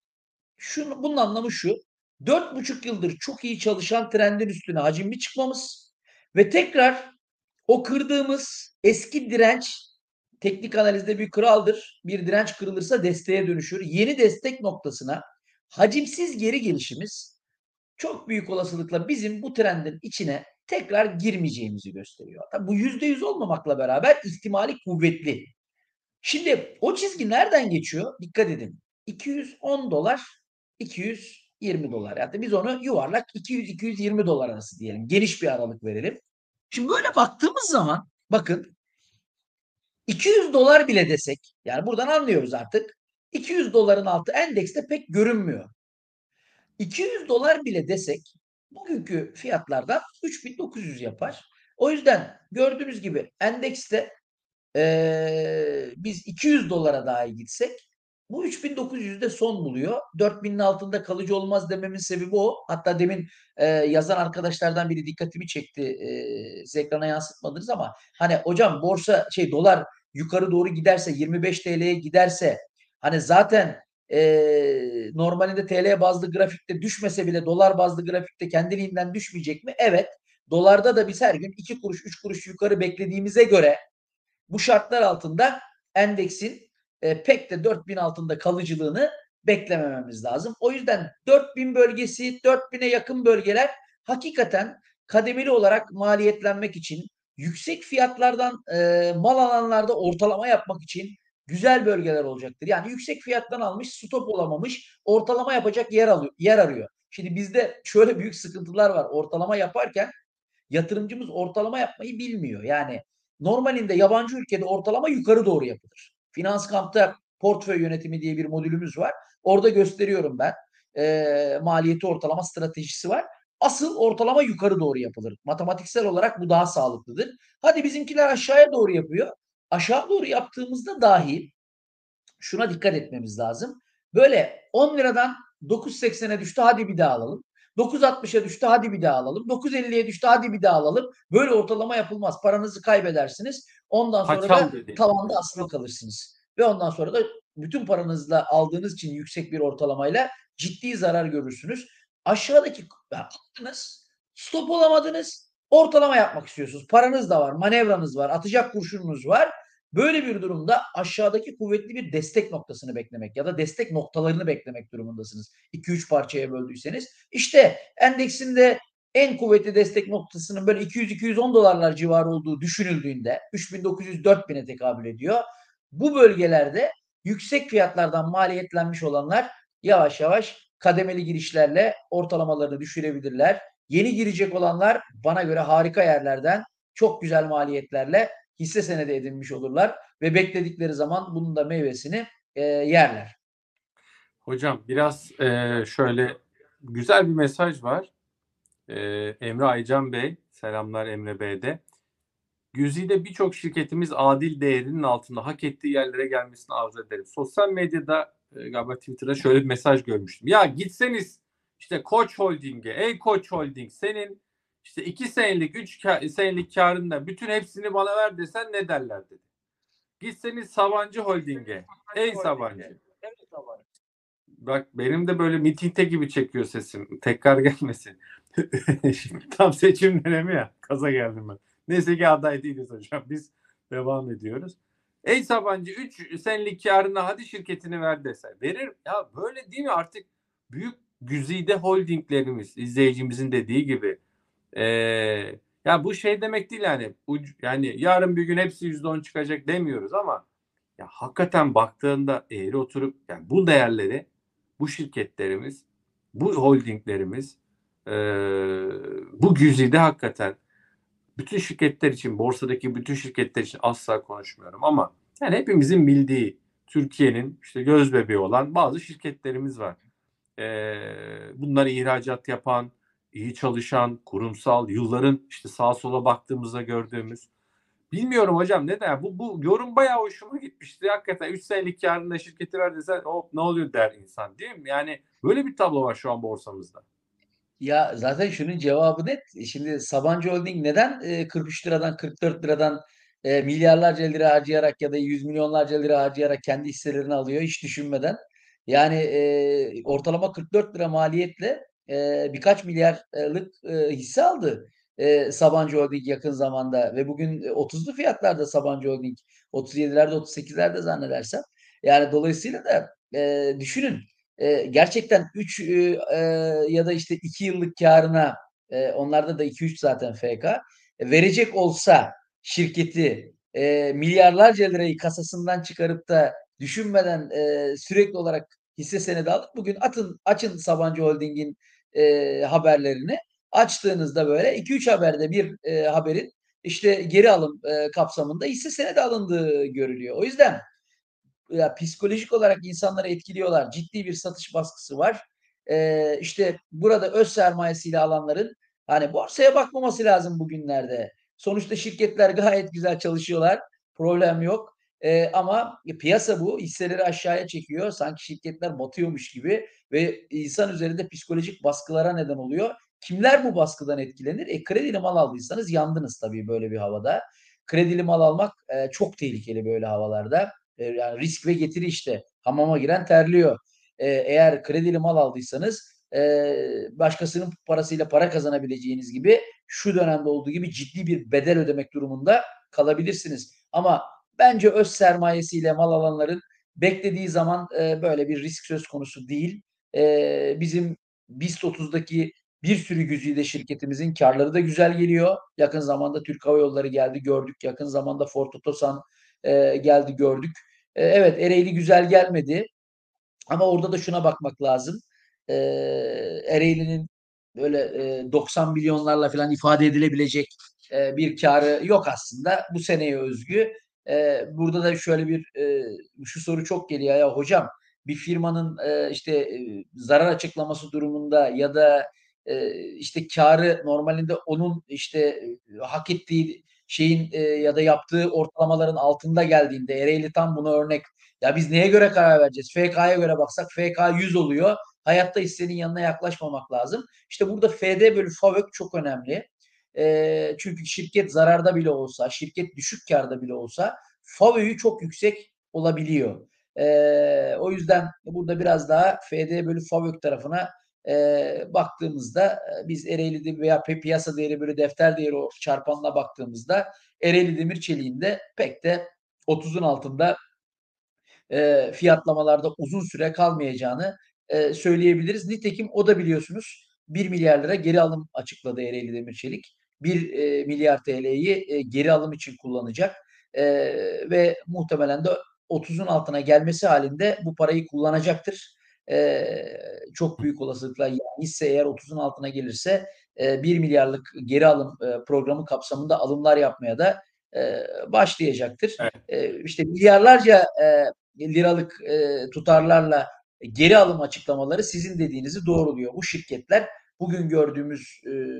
Bunun anlamı şu. 4,5 yıldır çok iyi çalışan trendin üstüne hacimli çıkmamız ve tekrar o kırdığımız eski direnç teknik analizde bir kuraldır. Bir direnç kırılırsa desteğe dönüşür. Yeni destek noktasına hacimsiz geri gelişimiz çok büyük olasılıkla bizim bu trendin içine tekrar girmeyeceğimizi gösteriyor. Tabii bu %100 olmamakla beraber ihtimali kuvvetli. Şimdi o çizgi nereden geçiyor? Dikkat edin. 210 dolar, 220 dolar. Yani biz onu yuvarlak 200-220 dolar arası diyelim. Geniş bir aralık verelim. Şimdi böyle baktığımız zaman bakın 200 dolar bile desek yani buradan anlıyoruz artık 200 doların altı endekste pek görünmüyor. 200 dolar bile desek bugünkü fiyatlardan 3900 yapar. O yüzden gördüğünüz gibi endekste biz 200 dolara dahi gitsek bu 3900'de son buluyor. 4000'in altında kalıcı olmaz dememin sebebi o. Hatta demin yazan arkadaşlardan biri dikkatimi çekti. Siz ekrana yansıtmadınız ama hani hocam borsa dolar yukarı doğru giderse 25 TL'ye giderse hani zaten normalinde TL bazlı grafikte düşmese bile dolar bazlı grafikte kendiliğinden düşmeyecek mi? Evet. Dolarda da biz her gün 2 kuruş 3 kuruş yukarı beklediğimize göre bu şartlar altında endeksin pek de 4000 altında kalıcılığını beklemememiz lazım. O yüzden 4000 bölgesi, 4000'e yakın bölgeler hakikaten kademeli olarak maliyetlenmek için, yüksek fiyatlardan mal alanlarda ortalama yapmak için güzel bölgeler olacaktır. Yani yüksek fiyattan almış, stop olamamış, ortalama yapacak yer arıyor. Şimdi bizde şöyle büyük sıkıntılar var. Ortalama yaparken yatırımcımız ortalama yapmayı bilmiyor. Yani normalinde yabancı ülkede ortalama yukarı doğru yapılır. Finans Kamp'ta portföy yönetimi diye bir modülümüz var. Orada gösteriyorum ben. Maliyeti ortalama stratejisi var. Asıl ortalama yukarı doğru yapılır. Matematiksel olarak bu daha sağlıklıdır. Hadi bizimkiler aşağıya doğru yapıyor. Aşağı doğru yaptığımızda dahi şuna dikkat etmemiz lazım. Böyle 10 liradan 9.80'e düştü hadi bir daha alalım. 9.60'a düştü hadi bir daha alalım. 9.50'ye düştü hadi bir daha alalım. Böyle ortalama yapılmaz. Paranızı kaybedersiniz. Ondan sonra Paçal da dedi. tavanda asılı kalırsınız. Ve ondan sonra da bütün paranızla aldığınız için yüksek bir ortalamayla ciddi zarar görürsünüz. Aşağıdaki aldınız, stop olamadınız. Ortalama yapmak istiyorsunuz. Paranız da var, manevranız var, atacak kurşununuz var. Böyle bir durumda aşağıdaki kuvvetli bir destek noktasını beklemek ya da destek noktalarını beklemek durumundasınız. 2-3 parçaya böldüyseniz. İşte endeksinde en kuvvetli destek noktasının böyle 200-210 dolarlar civarı olduğu düşünüldüğünde 3.900-4.000'e tekabül ediyor. Bu bölgelerde yüksek fiyatlardan maliyetlenmiş olanlar yavaş yavaş kademeli girişlerle ortalamalarını düşürebilirler. Yeni girecek olanlar bana göre harika yerlerden çok güzel maliyetlerle hisse senedi edinmiş olurlar ve bekledikleri zaman bunun da meyvesini yerler. Hocam biraz şöyle güzel bir mesaj var. Emre Aycan Bey, selamlar Emre Bey'de. Güzide birçok şirketimiz adil değerinin altında hak ettiği yerlere gelmesini arzu ederim. Sosyal medyada galiba Twitter'da şöyle bir mesaj görmüştüm. Ya gitseniz işte Koç Holding'e, ey Koç Holding senin işte 2 senelik, 3 senelik karında bütün hepsini bana ver desen ne derler dedi. Gitseniz Sabancı Holding'e, ey Sabancı. Bak benim de böyle mitingde gibi çekiyor sesim. Tekrar gelmesin. Şimdi tam seçim dönemi ya. Kaza geldim ben. Neyse ki aday değiliz hocam. Biz devam ediyoruz. Ey Sabancı 3 senelik karına hadi şirketini ver dese. Verir. Ya böyle değil mi artık büyük güzide holdinglerimiz izleyicimizin dediği gibi. Ya bu şey demek değil yani. Yani yarın bir gün hepsi %10 çıkacak demiyoruz ama ya hakikaten baktığında eğri oturup yani bu değerleri bu şirketlerimiz, bu holdinglerimiz bu güzide hakikaten bütün şirketler için, borsadaki bütün şirketler için asla konuşmuyorum ama yani hepimizin bildiği Türkiye'nin işte göz bebeği olan bazı şirketlerimiz var. Bunlar ihracat yapan, iyi çalışan, kurumsal, yılların işte sağa sola baktığımızda gördüğümüz. Bilmiyorum hocam neden? Bu yorum bayağı hoşuma gitmişti. Hakikaten 3 senelik karında şirketi ver desen hop ne oluyor der insan değil mi? Yani böyle bir tablo var şu an borsamızda. Ya zaten şunun cevabı net. Şimdi Sabancı Holding neden 43 liradan 44 liradan milyarlarca lira harcayarak ya da yüz milyonlarca lira harcayarak kendi hisselerini alıyor hiç düşünmeden. Yani ortalama 44 lira maliyetle birkaç milyarlık hisse aldı Sabancı Holding yakın zamanda ve bugün 30'lu fiyatlarda Sabancı Holding 37'lerde 38'lerde zannedersem. Yani dolayısıyla da düşünün gerçekten 3 ya da işte 2 yıllık kârına onlarda da 2-3 zaten FK verecek olsa şirketi milyarlarca lirayı kasasından çıkarıp da düşünmeden sürekli olarak hisse senedi alıp bugün açın Sabancı Holding'in haberlerini. Açtığınızda böyle 2-3 haberde bir haberin işte geri alım kapsamında hisse senedi alındığı görülüyor. O yüzden ya psikolojik olarak insanları etkiliyorlar. Ciddi bir satış baskısı var. İşte burada öz sermayesiyle alanların hani borsaya bakmaması lazım bugünlerde. Sonuçta şirketler gayet güzel çalışıyorlar. Problem yok. Ama piyasa bu. Hisseleri aşağıya çekiyor. Sanki şirketler batıyormuş gibi ve insan üzerinde psikolojik baskılara neden oluyor. Kimler bu baskıdan etkilenir? Kredili mal aldıysanız yandınız tabii böyle bir havada. Kredili mal almak çok tehlikeli böyle havalarda. Yani risk ve getiri işte. Hamama giren terliyor. Eğer kredili mal aldıysanız başkasının parasıyla para kazanabileceğiniz gibi şu dönemde olduğu gibi ciddi bir bedel ödemek durumunda kalabilirsiniz. Ama bence öz sermayesiyle mal alanların beklediği zaman böyle bir risk söz konusu değil. Bizim BIST 30'daki bir sürü güzide şirketimizin karları da güzel geliyor. Yakın zamanda Türk Hava Yolları geldi gördük. Yakın zamanda Ford Otosan geldi gördük. Evet Ereğli güzel gelmedi. Ama orada da şuna bakmak lazım. Ereğli'nin böyle 90 milyonlarla falan ifade edilebilecek bir karı yok aslında. Bu seneye özgü. Burada da şöyle bir şu soru çok geliyor ya hocam bir firmanın işte zarar açıklaması durumunda ya da işte karı normalinde onun işte hak ettiği şeyin ya da yaptığı ortalamaların altında geldiğinde Ereğli tam buna örnek ya biz neye göre karar vereceğiz? FK'ya göre baksak FK 100 oluyor. Hayatta hissenin yanına yaklaşmamak lazım. İşte burada FD bölü FAVÖK çok önemli. Çünkü şirket zararda bile olsa, şirket düşük karda bile olsa FAVÖ'yü çok yüksek olabiliyor. O yüzden burada biraz daha FD bölü FAVÖK tarafına baktığımızda biz Ereğli Demir veya piyasa değeri böyle defter değeri çarpanına baktığımızda Ereğli Demir Çelik'in de pek de 30'un altında fiyatlamalarda uzun süre kalmayacağını söyleyebiliriz. Nitekim o da biliyorsunuz 1 milyar lira geri alım açıkladı Ereğli Demir Çelik. 1 milyar TL'yi geri alım için kullanacak ve muhtemelen de 30'un altına gelmesi halinde bu parayı kullanacaktır. Çok büyük olasılıkla yani hisse eğer 30'un altına gelirse 1 milyarlık geri alım programı kapsamında alımlar yapmaya da başlayacaktır. Evet. İşte milyarlarca liralık tutarlarla geri alım açıklamaları sizin dediğinizi doğruluyor. Bu şirketler bugün gördüğümüz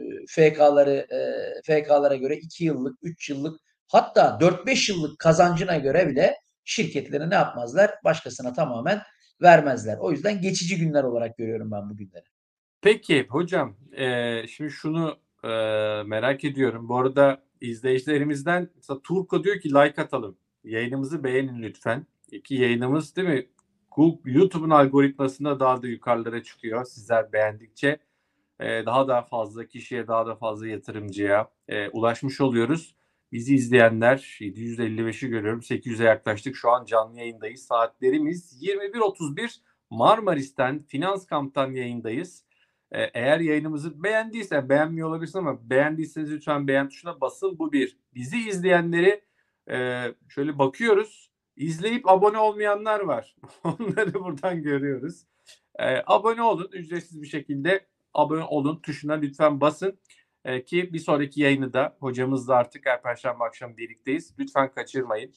FK'lara göre 2 yıllık, 3 yıllık hatta 4-5 yıllık kazancına göre bile şirketleri ne yapmazlar? Başkasına tamamen vermezler. O yüzden geçici günler olarak görüyorum ben bu günleri. Peki hocam, şimdi şunu merak ediyorum. Bu arada izleyicilerimizden mesela Turko diyor ki like atalım. Yayınımızı beğenin lütfen. İki yayınımız değil mi? YouTube'un algoritmasında daha da yukarılara çıkıyor. Sizler beğendikçe daha da fazla kişiye, daha da fazla yatırımcıya ulaşmış oluyoruz. Bizi izleyenler 755'i görüyorum. 800'e yaklaştık. Şu an canlı yayındayız. Saatlerimiz 21.31. Marmaris'ten, Finans Kamp'tan yayındayız. Eğer yayınımızı beğenmiyor olabilirsin ama beğendiyseniz lütfen beğen tuşuna basın. Bu bir. Bizi izleyenleri şöyle bakıyoruz. İzleyip abone olmayanlar var. Onları buradan görüyoruz. Abone olun. Ücretsiz bir şekilde abone olun tuşuna lütfen basın. Ki bir sonraki yayını da hocamızla artık her perşembe akşam birlikteyiz. Lütfen kaçırmayın.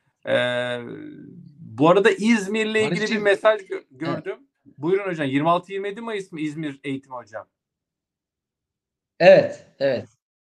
Bu arada İzmir'le ilgili bir mesaj gördüm. Evet. Buyurun hocam. 26-27 Mayıs mı İzmir eğitimi hocam? Evet, evet.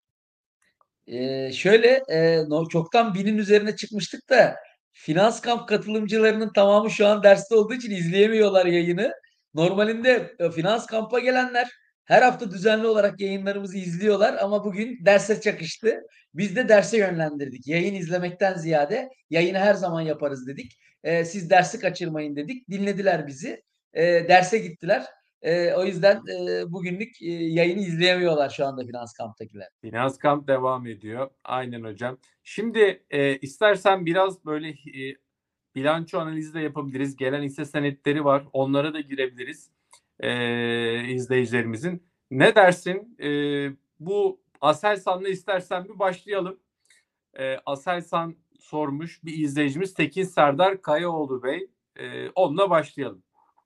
Şöyle çoktan 1000'in üzerine çıkmıştık da Finans Kamp katılımcılarının tamamı şu an derste olduğu için izleyemiyorlar yayını. Normalinde Finans Kamp'a gelenler her hafta düzenli olarak yayınlarımızı izliyorlar ama bugün derse çakıştı. Biz de derse yönlendirdik. Yayın izlemekten ziyade yayını her zaman yaparız dedik. Siz dersi kaçırmayın dedik. Dinlediler bizi. Derse gittiler. O yüzden bugünlük yayını izleyemiyorlar şu anda Finans Kamp'takiler. Finans Kamp devam ediyor. Aynen hocam. Şimdi istersen biraz böyle bilanço analizi de yapabiliriz. Gelen hisse senetleri var. Onlara da girebiliriz izleyicilerimizin. Ne dersin? Bu Aselsan'la istersen bir başlayalım. Aselsan sormuş bir izleyicimiz Tekin Serdar Kayaoğlu Bey. Onunla başlayalım.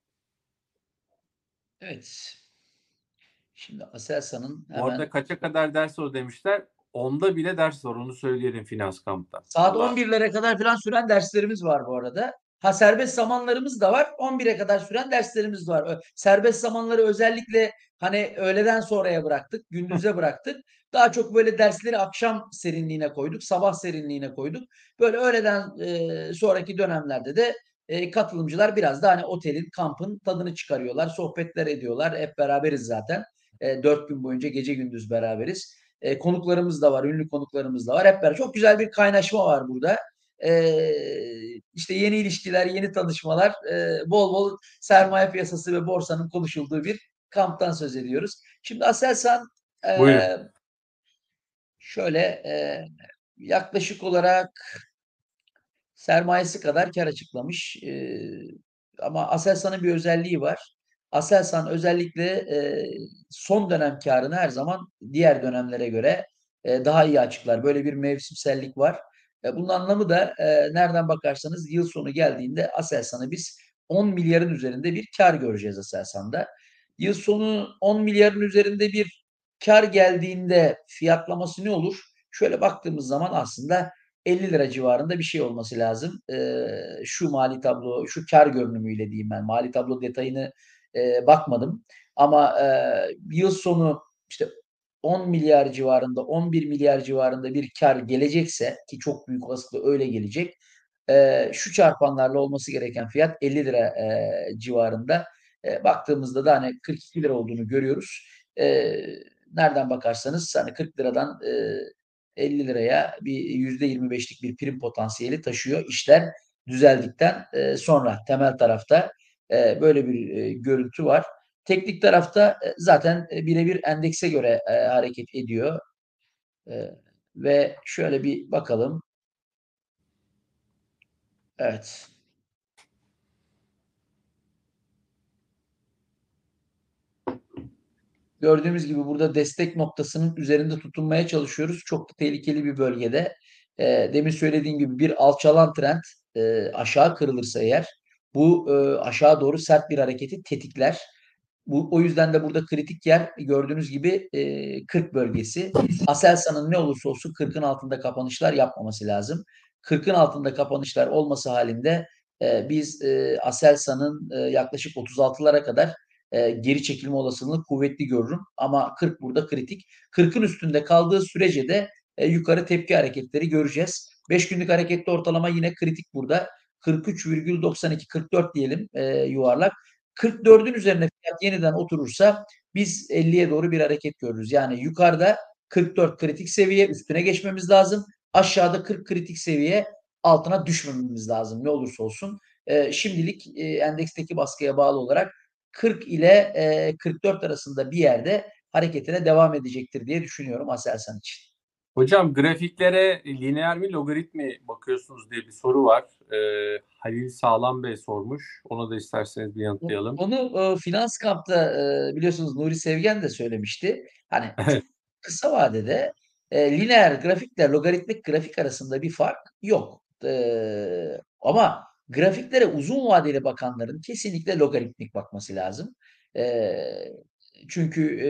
Evet. Şimdi Aselsan'ın Bu arada hemen kaça kadar ders o demişler. Onda bile ders var, onu söyleyelim Finans Kamp'ta. saat Allah. 11'lere kadar falan süren derslerimiz var bu arada. Ha serbest zamanlarımız da var. 11'e kadar süren derslerimiz var. Serbest zamanları özellikle hani öğleden sonraya bıraktık, gündüze bıraktık. Daha çok böyle dersleri akşam serinliğine koyduk, sabah serinliğine koyduk. Böyle öğleden sonraki dönemlerde de katılımcılar biraz da hani otelin, kampın tadını çıkarıyorlar, sohbetler ediyorlar. Hep beraberiz zaten. 4 gün boyunca gece gündüz beraberiz. Konuklarımız da var, ünlü konuklarımız da var. Hep beraber çok güzel bir kaynaşma var burada. İşte yeni ilişkiler, yeni tanışmalar, bol bol sermaye piyasası ve borsanın konuşulduğu bir kamptan söz ediyoruz. Şimdi Aselsan Buyurun. şöyle yaklaşık olarak sermayesi kadar kar açıklamış. Ama Aselsan'ın bir özelliği var. Aselsan özellikle son dönem karını her zaman diğer dönemlere göre daha iyi açıklar. Böyle bir mevsimsellik var. Bunun anlamı da nereden bakarsanız yıl sonu geldiğinde Aselsan'ı biz 10 milyarın üzerinde bir kar göreceğiz Aselsan'da. Yıl sonu 10 milyarın üzerinde bir kar geldiğinde fiyatlaması ne olur? Şöyle baktığımız zaman aslında 50 lira civarında bir şey olması lazım. Şu mali tablo, şu kar görünümüyle diyeyim ben. Mali tablo detayını bakmadım. Ama yıl sonu işte 10 milyar civarında, 11 milyar civarında bir kar gelecekse ki çok büyük olasılıkla öyle gelecek. Şu çarpanlarla olması gereken fiyat 50 lira civarında. Baktığımızda da hani 42 lira olduğunu görüyoruz. Nereden bakarsanız hani 40 liradan 50 liraya bir %25'lik bir prim potansiyeli taşıyor. İşler düzeldikten sonra temel tarafta böyle bir görüntü var. Teknik tarafta zaten birebir endekse göre hareket ediyor. Ve şöyle bir bakalım. Evet. Gördüğümüz gibi burada destek noktasının üzerinde tutunmaya çalışıyoruz. Çok tehlikeli bir bölgede. Demin söylediğim gibi bir alçalan trend aşağı kırılırsa eğer bu aşağı doğru sert bir hareketi tetikler. O yüzden de burada kritik yer gördüğünüz gibi 40 bölgesi. Aselsan'ın ne olursa olsun 40'ın altında kapanışlar yapmaması lazım. 40'ın altında kapanışlar olması halinde biz Aselsan'ın yaklaşık 36'lara kadar geri çekilme olasılığını kuvvetli görürüm. Ama 40 burada kritik. 40'ın üstünde kaldığı sürece de yukarı tepki hareketleri göreceğiz. 5 günlük hareketli ortalama yine kritik burada. 43,92-44 diyelim yuvarlak. 44'ün üzerine fiyat yeniden oturursa biz 50'ye doğru bir hareket görürüz. Yani yukarıda 44 kritik seviye, üstüne geçmemiz lazım. Aşağıda 40 kritik seviye, altına düşmememiz lazım ne olursa olsun. Şimdilik endeksteki baskıya bağlı olarak 40 ile 44 arasında bir yerde hareketine devam edecektir diye düşünüyorum Aselsan için. Hocam grafiklere lineer mi logarit mi bakıyorsunuz diye bir soru var. Halil Sağlam Bey sormuş. Ona da isterseniz bir yanıtlayalım. Onu Finans Kamp'ta biliyorsunuz Nuri Sevgen de söylemişti. Hani çok Evet. kısa vadede lineer grafikle logaritmik grafik arasında bir fark yok. Ama grafiklere uzun vadeli bakanların kesinlikle logaritmik bakması lazım. E, Çünkü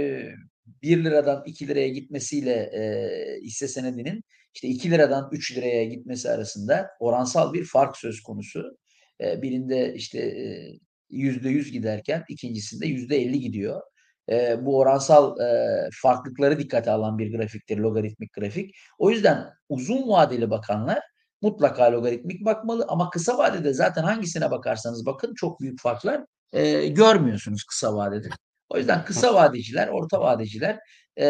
1 liradan 2 liraya gitmesiyle hisse senedinin işte 2 liradan 3 liraya gitmesi arasında oransal bir fark söz konusu. Birinde işte %100 giderken ikincisinde %50 gidiyor. Bu oransal farklılıkları dikkate alan bir grafiktir logaritmik grafik. O yüzden uzun vadeli bakanlar mutlaka logaritmik bakmalı ama kısa vadede zaten hangisine bakarsanız bakın çok büyük farklar görmüyorsunuz kısa vadede. O yüzden kısa vadeciler, orta vadeciler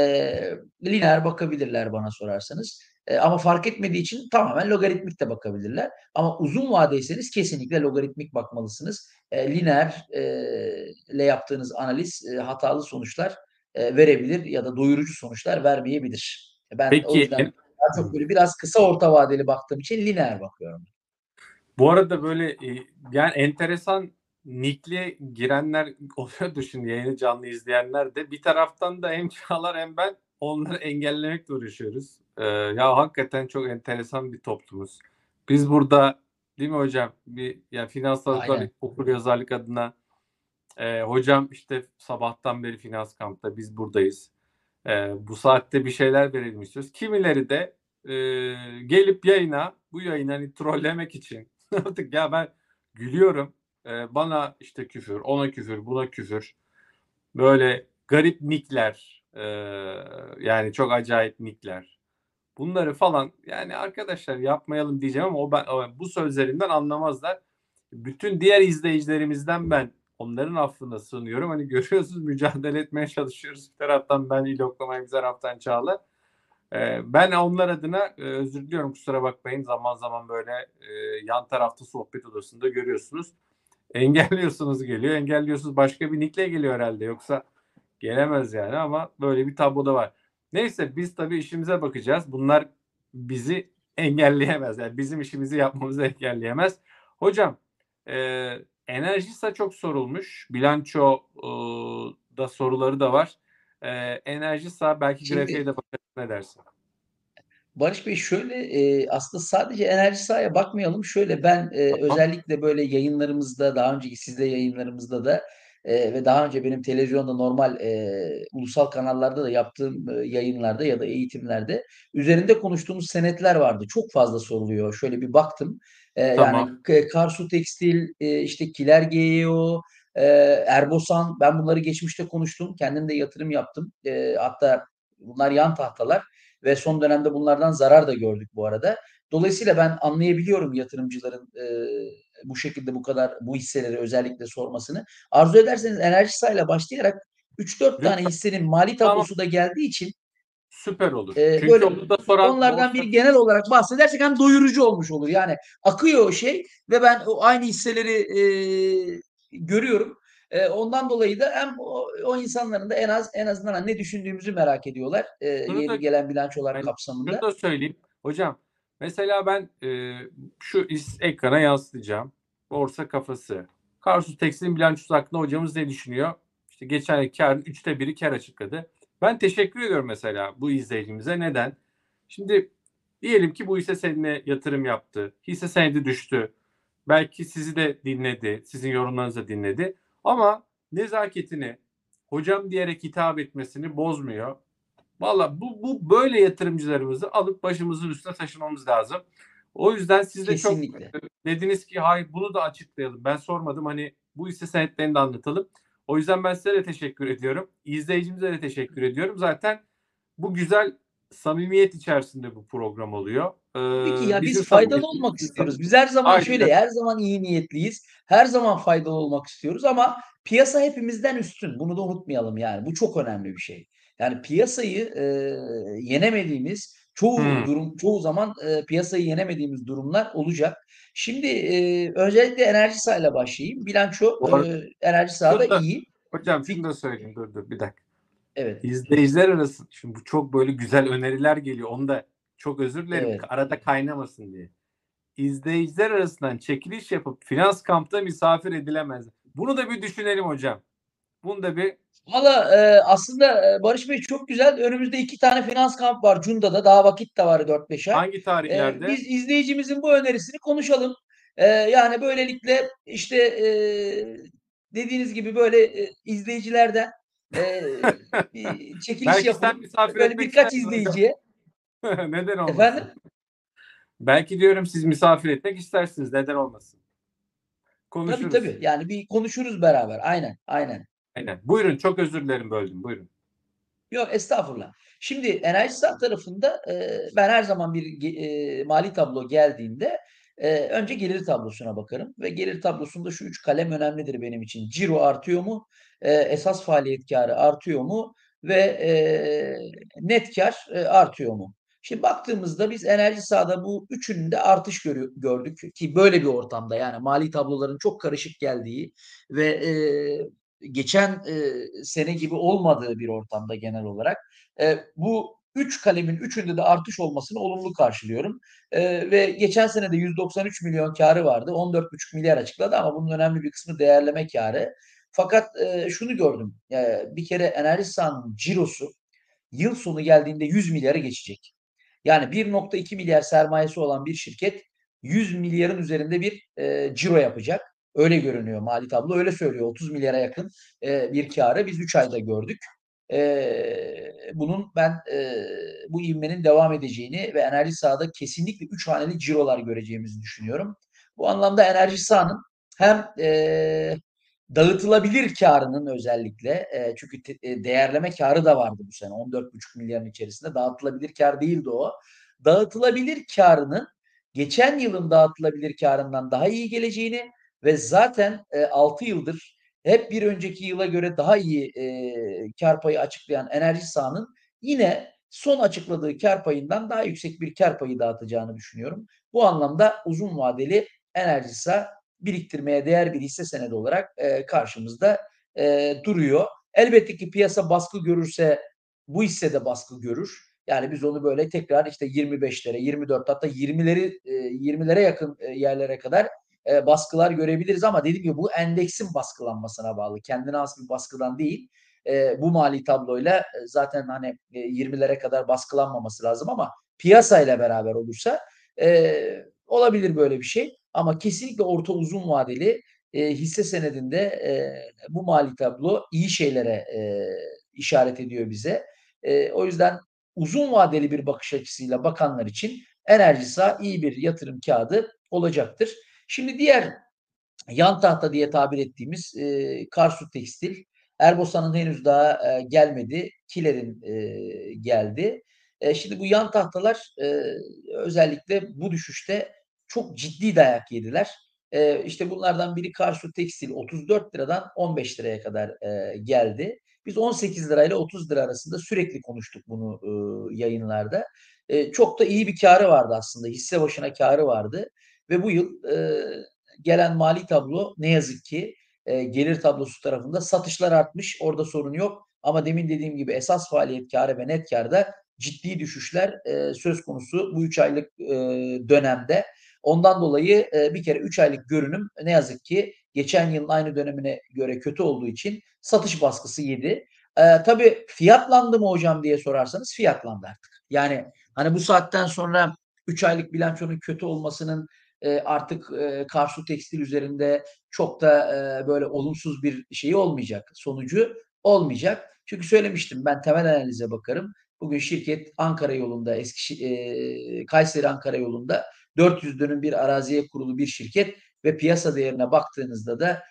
lineer bakabilirler bana sorarsanız. Ama fark etmediği için tamamen logaritmik de bakabilirler. Ama uzun vadeyseniz kesinlikle logaritmik bakmalısınız. Lineer ile yaptığınız analiz hatalı sonuçlar verebilir ya da doyurucu sonuçlar vermeyebilir. Ben o Peki yüzden daha çok böyle biraz kısa orta vadeli baktığım için lineer bakıyorum. bu arada böyle yani enteresan nickli girenler oluyordu şimdi yayını canlı izleyenler de. Bir taraftan da hem Çağlar hem ben onları engellemekle uğraşıyoruz. Ya hakikaten çok enteresan bir toplumuz. Biz burada değil mi hocam? Bir ya finansal Aynen. okuryazarlık adına hocam işte sabahtan beri finans kampta biz buradayız. Bu saatte bir şeyler verelim istiyoruz. Kimileri de gelip yayına bu yayını hani trollemek için artık ya ben gülüyorum. Bana işte küfür, ona küfür, buna küfür. Böyle garip nickler yani çok acayip nickler. Bunları falan yani arkadaşlar yapmayalım diyeceğim ama bu sözlerimden anlamazlar. Bütün diğer izleyicilerimizden ben onların affına sığınıyorum. Hani görüyorsunuz mücadele etmeye çalışıyoruz. Bir taraftan ben İloklama'yım, bir taraftan Çağla. Ben onlar adına özür diliyorum kusura bakmayın. Zaman zaman böyle yan tarafta sohbet odasında görüyorsunuz. Engelliyorsunuz geliyor. Engelliyorsunuz başka bir nickle geliyor herhalde. Yoksa gelemez yani ama böyle bir tablo da var. Neyse biz tabii işimize bakacağız. Bunlar bizi engelleyemez. Yani bizim işimizi yapmamızı engelleyemez. Hocam Enerjisa çok sorulmuş. Bilanço da soruları da var. Enerjisa belki grafiğe Şimdi de bakarız. Ne dersin? Barış Bey şöyle, aslında sadece enerji sahaya bakmayalım. Şöyle ben, Tamam. özellikle böyle yayınlarımızda, daha önceki sizle yayınlarımızda da, ve daha önce benim televizyonda normal, ulusal kanallarda da yaptığım, yayınlarda ya da eğitimlerde üzerinde konuştuğumuz senetler vardı. Çok fazla soruluyor. Şöyle bir baktım. Tamam. Yani Karsu Tekstil, işte Kiler GYO, Erbosan ben bunları geçmişte konuştum. Kendim de yatırım yaptım. Hatta bunlar yan tahtalar ve son dönemde bunlardan zarar da gördük bu arada. Dolayısıyla ben anlayabiliyorum yatırımcıların bu şekilde bu kadar bu hisseleri özellikle sormasını. Arzu ederseniz enerji sahayla başlayarak 3-4 tane Lütfen. hissenin mali Tamam. tablosu da geldiği için Süper olur. Çünkü böyle onu da soran onlardan borsa bir genel olarak bahsedersek hem doyurucu olmuş olur. Yani akıyor o şey ve ben o aynı hisseleri görüyorum. Ondan dolayı da hem o insanların da en azından hani ne düşündüğümüzü merak ediyorlar, Şunu yeni da gelen bilançolar Hani şunu kapsamında. da söyleyeyim. Hocam mesela ben şu ekrana yansıtacağım. Borsa kafası. Karsus Tekstil'in bilançosu hakkında hocamız ne düşünüyor? İşte geçen ay kârın 1/3'ü kâr açıkladı. Ben teşekkür ediyorum mesela bu izleyicimize. Neden? Şimdi diyelim ki bu hisse senedine yatırım yaptı. Hisse senedi düştü. Belki sizi de dinledi. Sizin yorumlarınızı da dinledi. Ama nezaketini hocam diyerek hitap etmesini bozmuyor. Valla bu böyle yatırımcılarımızı alıp başımızın üstüne taşımamız lazım. O yüzden siz de çok Kesinlikle. dediniz ki hayır bunu da açıklayalım. Ben sormadım hani bu hisse senetlerini de anlatalım. O yüzden ben size de teşekkür ediyorum. İzleyicimize de teşekkür ediyorum. Zaten bu güzel samimiyet içerisinde bu program oluyor. Tabii ki ya Bizim biz faydalı samimiyetimiz olmak sizin istiyoruz. Biz samimiyetiniz. her zaman Aynen. şöyle, her zaman iyi niyetliyiz. Her zaman faydalı olmak istiyoruz ama piyasa hepimizden üstün. Bunu da unutmayalım yani. Bu çok önemli bir şey. Yani piyasayı yenemediğimiz Hmm. çoğu zaman piyasayı yenemediğimiz durumlar olacak. Şimdi öncelikle Enerji Saha'yla başlayayım. Bilanço Bu arada Enerji Saha'da şunu da iyi. hocam şunu Bir, da söyleyeyim. Dur bir dakika. evet, İzleyiciler arası şimdi bu çok böyle güzel öneriler geliyor. Onu da çok özür dilerim evet. arada kaynamasın diye. İzleyiciler arasından çekiliş yapıp finans kampta misafir edilemez. Bunu da bir düşünelim hocam. Bunu da bir Valla aslında Barış Bey çok güzel. Önümüzde 2 tane finans kamp var Cunda'da. Daha vakit de var 4-5 ay. hangi tarihlerde? Biz izleyicimizin bu önerisini konuşalım. Yani böylelikle işte dediğiniz gibi böyle izleyicilerden bir çekiliş Belki sen yapılıp misafir böyle etmek birkaç istersin hocam. izleyiciye Neden efendim. olmasın? Belki diyorum siz misafir etmek istersiniz. Neden olmasın? Tabii Konuşuruz. tabii. Yani bir konuşuruz beraber. Aynen, aynen. Aynen. Buyurun çok özür dilerim böldüm. Buyurun. Yok, estağfurullah. Şimdi Enerjisal tarafında, ben her zaman bir mali tablo geldiğinde, önce gelir tablosuna bakarım ve gelir tablosunda şu 3 kalem önemlidir benim için. Ciro artıyor mu? Esas faaliyet kârı artıyor mu? Ve, net kâr, artıyor mu? Şimdi baktığımızda biz Enerjisal'da bu üçünün de artış gördük ki böyle bir ortamda yani mali tabloların çok karışık geldiği ve, geçen sene gibi olmadığı bir ortamda genel olarak bu 3 kalemin üçünde de artış olmasını olumlu karşılıyorum. Ve geçen sene de 193 milyon karı vardı. 14,5 milyar açıkladı ama bunun önemli bir kısmı değerleme karı. Fakat şunu gördüm. Bir kere Enerji Sahan'ın cirosu yıl sonu geldiğinde 100 milyarı geçecek. Yani 1,2 milyar sermayesi olan bir şirket 100 milyarın üzerinde bir ciro yapacak. Öyle görünüyor mali tablo. Öyle söylüyor. 30 milyara yakın bir karı biz 3 ayda gördük. Bunun ben bu ivmenin devam edeceğini ve enerji sahada kesinlikle 3 haneli cirolar göreceğimizi düşünüyorum. Bu anlamda enerji sahanın hem dağıtılabilir karının özellikle çünkü değerleme karı da vardı bu sene 14,5 milyarın içerisinde dağıtılabilir kar değildi o. Dağıtılabilir karının geçen yılın dağıtılabilir karından daha iyi geleceğini ve zaten 6 yıldır hep bir önceki yıla göre daha iyi kar payı açıklayan enerji sahanın yine son açıkladığı kar payından daha yüksek bir kar payı dağıtacağını düşünüyorum. Bu anlamda uzun vadeli enerji saha biriktirmeye değer bir hisse senedi olarak karşımızda duruyor. Elbette ki piyasa baskı görürse bu hisse de baskı görür. Yani biz onu böyle tekrar işte 25'lere, 24 hatta 20'lere yakın yerlere kadar baskılar görebiliriz ama dediğim gibi bu endeksin baskılanmasına bağlı. Kendine has bir baskıdan değil. Bu mali tabloyla zaten hani 20'lere kadar baskılanmaması lazım ama piyasayla beraber olursa olabilir böyle bir şey. Ama kesinlikle orta uzun vadeli hisse senedinde bu mali tablo iyi şeylere işaret ediyor bize. O yüzden uzun vadeli bir bakış açısıyla bakanlar için Enerjisa iyi bir yatırım kağıdı olacaktır. Şimdi diğer yan tahta diye tabir ettiğimiz Karsu Tekstil, Erbosan'ın henüz daha gelmedi. Kiler'in geldi. Şimdi bu yan tahtalar özellikle bu düşüşte çok ciddi dayak yediler. İşte bunlardan biri Karsu Tekstil 34 liradan 15 liraya kadar geldi. Biz 18 lirayla 30 lira arasında sürekli konuştuk bunu yayınlarda. Çok da iyi bir karı vardı aslında. Hisse başına karı vardı ve bu yıl gelen mali tablo ne yazık ki gelir tablosu tarafında satışlar artmış. Orada sorun yok. Ama demin dediğim gibi esas faaliyet kârı ve net kârda ciddi düşüşler söz konusu bu 3 aylık dönemde. Ondan dolayı bir kere 3 aylık görünüm ne yazık ki geçen yılın aynı dönemine göre kötü olduğu için satış baskısı yedi. Tabii fiyatlandı mı hocam diye sorarsanız fiyatlandı artık. Yani hani bu saatten sonra 3 aylık bilançonun kötü olmasının artık Karsu Tekstil üzerinde çok da böyle olumsuz bir şeyi olmayacak. Sonucu olmayacak. Çünkü söylemiştim ben temel analize bakarım. Bugün şirket Ankara yolunda, Kayseri Ankara yolunda 400 dönüm bir araziye kurulu bir şirket ve piyasa değerine baktığınızda da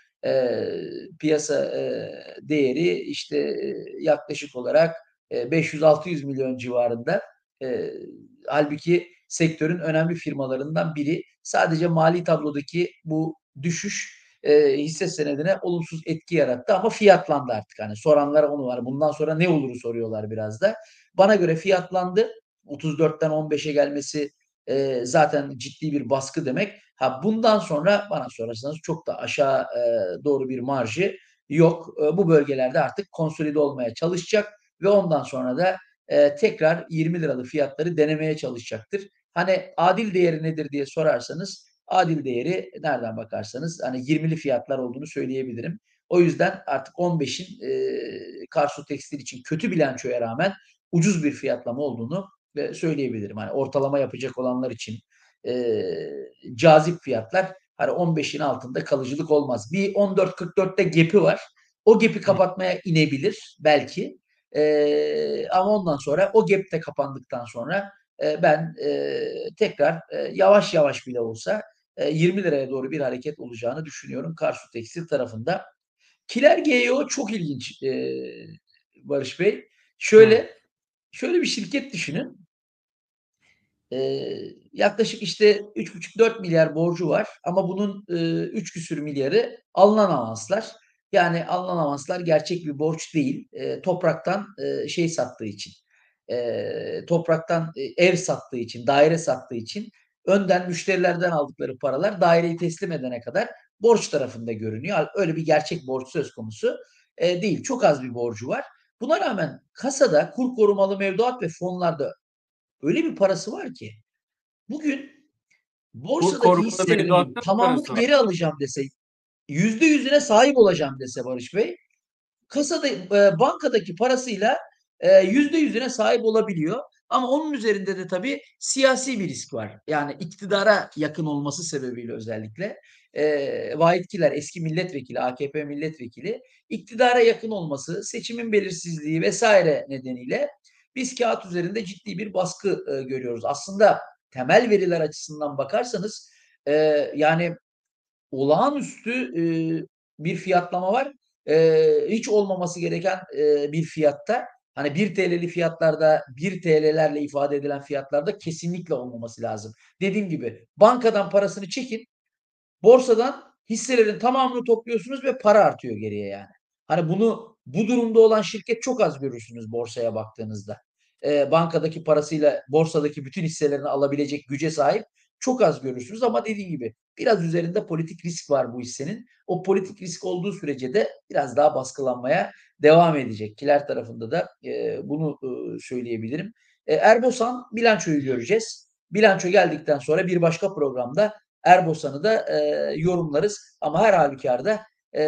piyasa değeri işte yaklaşık olarak 500-600 milyon civarında. E, Halbuki sektörün önemli firmalarından biri. Sadece mali tablodaki bu düşüş hisse senedine olumsuz etki yarattı ama fiyatlandı artık. Hani soranlara onu var. Bundan sonra ne olur soruyorlar biraz da. Bana göre fiyatlandı. 34'ten 15'e gelmesi zaten ciddi bir baskı demek. Ha bundan sonra bana sorarsanız çok da aşağı doğru bir marjı yok. Bu bölgelerde artık konsolide olmaya çalışacak ve ondan sonra da tekrar 20 liralı fiyatları denemeye çalışacaktır. Hani adil değeri nedir diye sorarsanız adil değeri nereden bakarsanız hani 20'li fiyatlar olduğunu söyleyebilirim. O yüzden artık 15'in Karsu Tekstil için kötü bilançoya rağmen ucuz bir fiyatlama olduğunu söyleyebilirim. Hani ortalama yapacak olanlar için e, cazip fiyatlar. Hani 15'in altında kalıcılık olmaz. Bir 14.44'te gap'i var. O gap'i kapatmaya inebilir belki. Ama ondan sonra o gap'te kapandıktan sonra ben tekrar yavaş yavaş bile olsa 20 liraya doğru bir hareket olacağını düşünüyorum Karsu Tekstil tarafında. Kiler GEO çok ilginç Barış Bey. Hı. Şöyle bir şirket düşünün. Yaklaşık işte 3,5-4 milyar borcu var ama bunun 3 küsür milyarı alınan avanslar. Yani alınan avanslar gerçek bir borç değil. Topraktan şey sattığı için, topraktan ev sattığı için, daire sattığı için önden müşterilerden aldıkları paralar daireyi teslim edene kadar borç tarafında görünüyor. Öyle bir gerçek borç söz konusu değil. Çok az bir borcu var. Buna rağmen kasada kur korumalı mevduat ve fonlarda öyle bir parası var ki bugün Kur borsadaki korumalı hisselerinin mevduatta mı tamamını parası var? geri alacağım dese, %100'üne sahip olacağım dese Barış Bey, kasada bankadaki parasıyla %100'üne sahip olabiliyor. Ama onun üzerinde de tabii siyasi bir risk var. Yani iktidara yakın olması sebebiyle özellikle Vahit Kiler eski milletvekili, AKP milletvekili iktidara yakın olması, seçimin belirsizliği vesaire nedeniyle biz kağıt üzerinde ciddi bir baskı görüyoruz. Aslında temel veriler açısından bakarsanız yani olağanüstü bir fiyatlama var. Hiç olmaması gereken bir fiyatta hani 1 TL'li fiyatlarda 1 TL'lerle ifade edilen fiyatlarda kesinlikle olmaması lazım. Dediğim gibi bankadan parasını çekin, borsadan hisselerin tamamını topluyorsunuz ve para artıyor geriye yani. Hani bu durumda olan şirket çok az görürsünüz borsaya baktığınızda. Bankadaki parasıyla borsadaki bütün hisselerini alabilecek güce sahip çok az görürsünüz ama dediğim gibi biraz üzerinde politik risk var bu hissenin. O politik risk olduğu sürece de biraz daha baskılanmaya devam edecek. Kiler tarafında da bunu söyleyebilirim. Erbosan bilançoyu göreceğiz. Bilanço geldikten sonra bir başka programda Erbosan'ı da yorumlarız. Ama her halükarda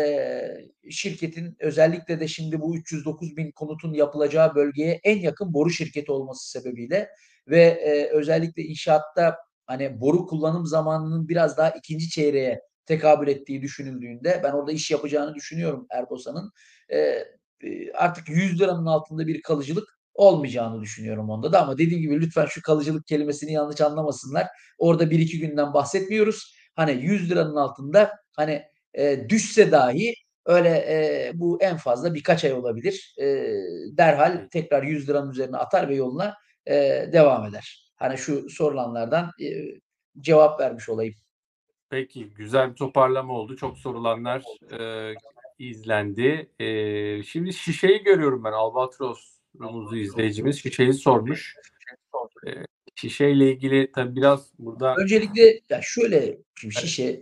şirketin özellikle de şimdi bu 309 bin konutun yapılacağı bölgeye en yakın boru şirketi olması sebebiyle ve özellikle inşaatta hani boru kullanım zamanının biraz daha ikinci çeyreğe tekabül ettiği düşünüldüğünde ben orada iş yapacağını düşünüyorum Erbosan'ın. E, Artık 100 liranın altında bir kalıcılık olmayacağını düşünüyorum onda da ama dediğim gibi lütfen şu kalıcılık kelimesini yanlış anlamasınlar. Orada bir iki günden bahsetmiyoruz. Hani 100 liranın altında hani düşse dahi öyle bu en fazla birkaç ay olabilir. Derhal tekrar 100 liranın üzerine atar ve yoluna devam eder. Hani şu sorulanlardan cevap vermiş olayım. Peki, güzel bir toparlama oldu. Çok sorulanlar izlendi. Şimdi şişeyi görüyorum ben. Albatros'umuzlu izleyicimiz şişeyi sormuş. E, Şişeyle ilgili tabii biraz burada Öncelikle ya şöyle şimdi şişe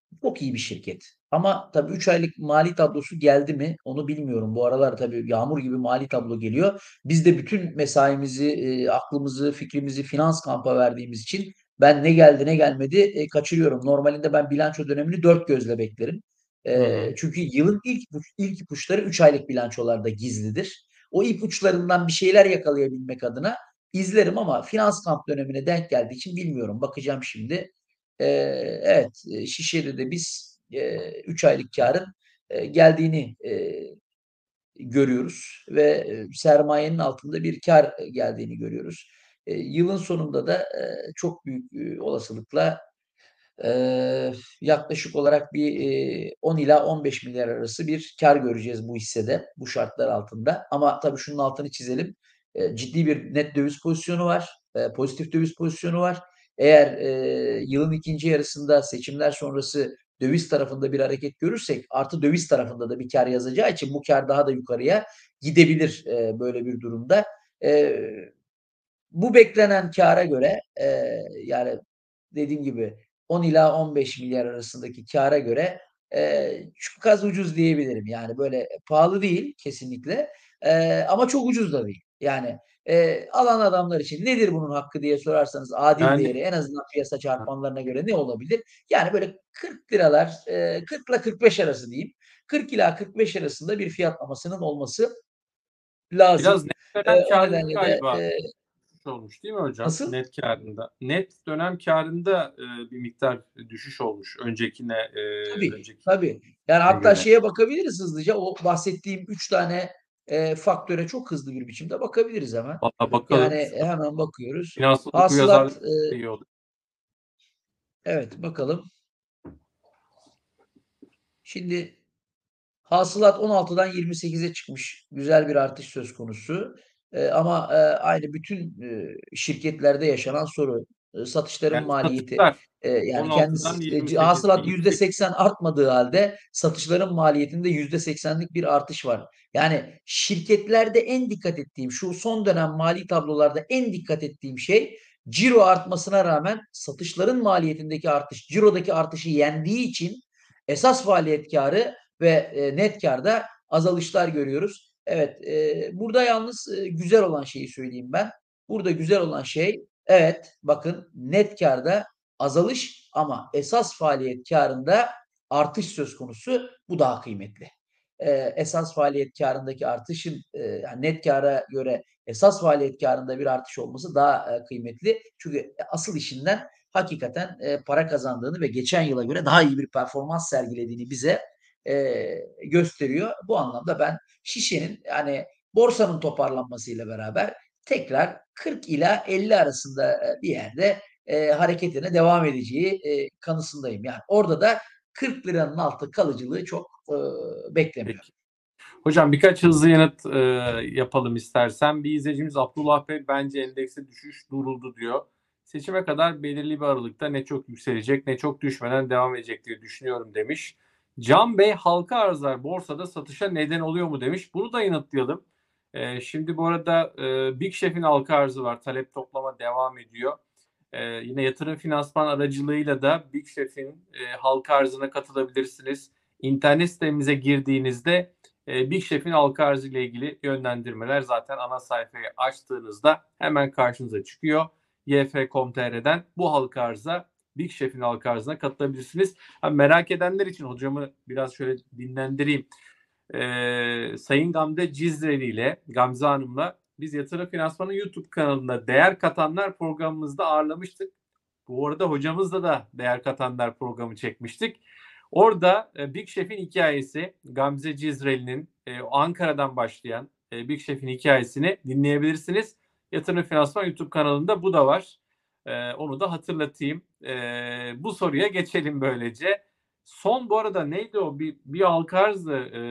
Çok iyi bir şirket. Ama tabii 3 aylık mali tablosu geldi mi onu bilmiyorum. Bu aralar tabii yağmur gibi mali tablo geliyor. Biz de bütün mesaimizi, aklımızı, fikrimizi finans kampa verdiğimiz için ben ne geldi ne gelmedi kaçırıyorum. Normalinde ben bilanço dönemini dört gözle beklerim. Hı hı. Çünkü yılın ilk ipuçları 3 aylık bilançolarda gizlidir. O ipuçlarından bir şeyler yakalayabilmek adına izlerim ama finans kamp dönemine denk geldiği için bilmiyorum. Bakacağım şimdi. Evet, Şişe'de de biz 3 aylık kârın geldiğini görüyoruz ve sermayenin altında bir kâr geldiğini görüyoruz. Yılın sonunda da çok büyük olasılıkla yaklaşık olarak bir 10 ila 15 milyar arası bir kâr göreceğiz bu hissede, bu şartlar altında. Ama tabii şunun altını çizelim. Ciddi bir net döviz pozisyonu var, pozitif döviz pozisyonu var. Eğer yılın ikinci yarısında seçimler sonrası döviz tarafında bir hareket görürsek artı döviz tarafında da bir kâr yazacağı için bu kâr daha da yukarıya gidebilir böyle bir durumda. Eee Bu beklenen kâra göre, yani, dediğim gibi 10 ila 15 milyar arasındaki kâra göre, çok az ucuz diyebilirim. Yani, böyle, pahalı değil kesinlikle, ama çok ucuz da değil. Yani, alan adamlar için nedir bunun hakkı diye sorarsanız adil Yani değeri en azından piyasa çarpanlarına göre ne olabilir? Yani, böyle £40'lar, 40'la 45 arası diyeyim. 40 ila 45 arasında bir fiyatlamasının olması biraz lazım. net dönem O kârında nedenle de, galiba düşüş olmuş değil mi hocam? nasıl? Net kârında. Net dönem kârında bir miktar düşüş olmuş Tabii, öncekine tabii. Yani hatta göre. şeye bakabiliriz hızlıca. O bahsettiğim 3 tane, faktöre çok hızlı bir biçimde bakabiliriz hemen. Valla bakalım. Yani hemen bakıyoruz. Finansal okuryazarlık Hasılat, iyi olur. evet bakalım. Şimdi hasılat 16'dan 28'e çıkmış. Güzel bir artış söz konusu. Ama, aynı bütün, şirketlerde yaşanan sorun. Satışların Yani maliyeti, satışlar yani 16'dan kendisi %28'e hasılat yüksek. %80 artmadığı hâlde satışların maliyetinde %80'lik bir artış var. Yani şirketlerde en dikkat ettiğim, şu son dönem mali tablolarda en dikkat ettiğim şey ciro artmasına rağmen satışların maliyetindeki artış, cirodaki artışı yendiği için esas faaliyet kârı ve net kârda azalışlar görüyoruz. Evet, burada yalnız güzel olan şeyi söyleyeyim ben. Burada güzel olan şey evet, bakın net kârda azalış ama esas faaliyet kârında artış söz konusu. Bu daha kıymetli. Esas faaliyet kârındaki artışın, yani net kâra göre esas faaliyet kârında bir artış olması daha kıymetli. Çünkü asıl işinden hakikaten para kazandığını ve geçen yıla göre daha iyi bir performans sergilediğini bize gösteriyor. Bu anlamda ben Şişe'nin yani borsanın toparlanmasıyla beraber tekrar 40 ila 50 arasında bir yerde hareketine devam edeceği kanısındayım. Yani orada da 40 liranın altı kalıcılığı çok beklemiyorum. Peki. Hocam birkaç hızlı yanıt yapalım istersen. Bir izleyicimiz Abdullah Bey bence endekse düşüş duruldu diyor. Seçime kadar belirli bir aralıkta ne çok yükselecek ne çok düşmeden devam edecek diye düşünüyorum demiş. Can Bey halka arzlar borsada satışa neden oluyor mu demiş. Bunu da yanıtlayalım. Şimdi bu arada Big Chef'in halka arzı var. Talep toplama devam ediyor. Yine yatırım finansman aracılığıyla da Big Chef'in halka arzına katılabilirsiniz. İnternet sitemize girdiğinizde Big Chef'in halka arzı ile ilgili yönlendirmeler zaten ana sayfayı açtığınızda hemen karşınıza çıkıyor. yf.com.tr'den bu halka arıza Big Chef'in halka arzına katılabilirsiniz. Merak edenler için hocamı biraz şöyle dinlendireyim. Sayın Gamze Cizreli ile Gamze Hanım'la biz Yatırım Finansmanı YouTube kanalında Değer Katanlar programımızda ağırlamıştık. Bu arada hocamızla da Değer Katanlar programı çekmiştik. Orada Big Chef'in hikayesi Gamze Cizreli'nin Ankara'dan başlayan Big Chef'in hikayesini dinleyebilirsiniz. Yatırım Finansman YouTube kanalında bu da var. Onu da hatırlatayım. Bu soruya geçelim böylece. Son bu arada neydi o? Bir halka arzdı.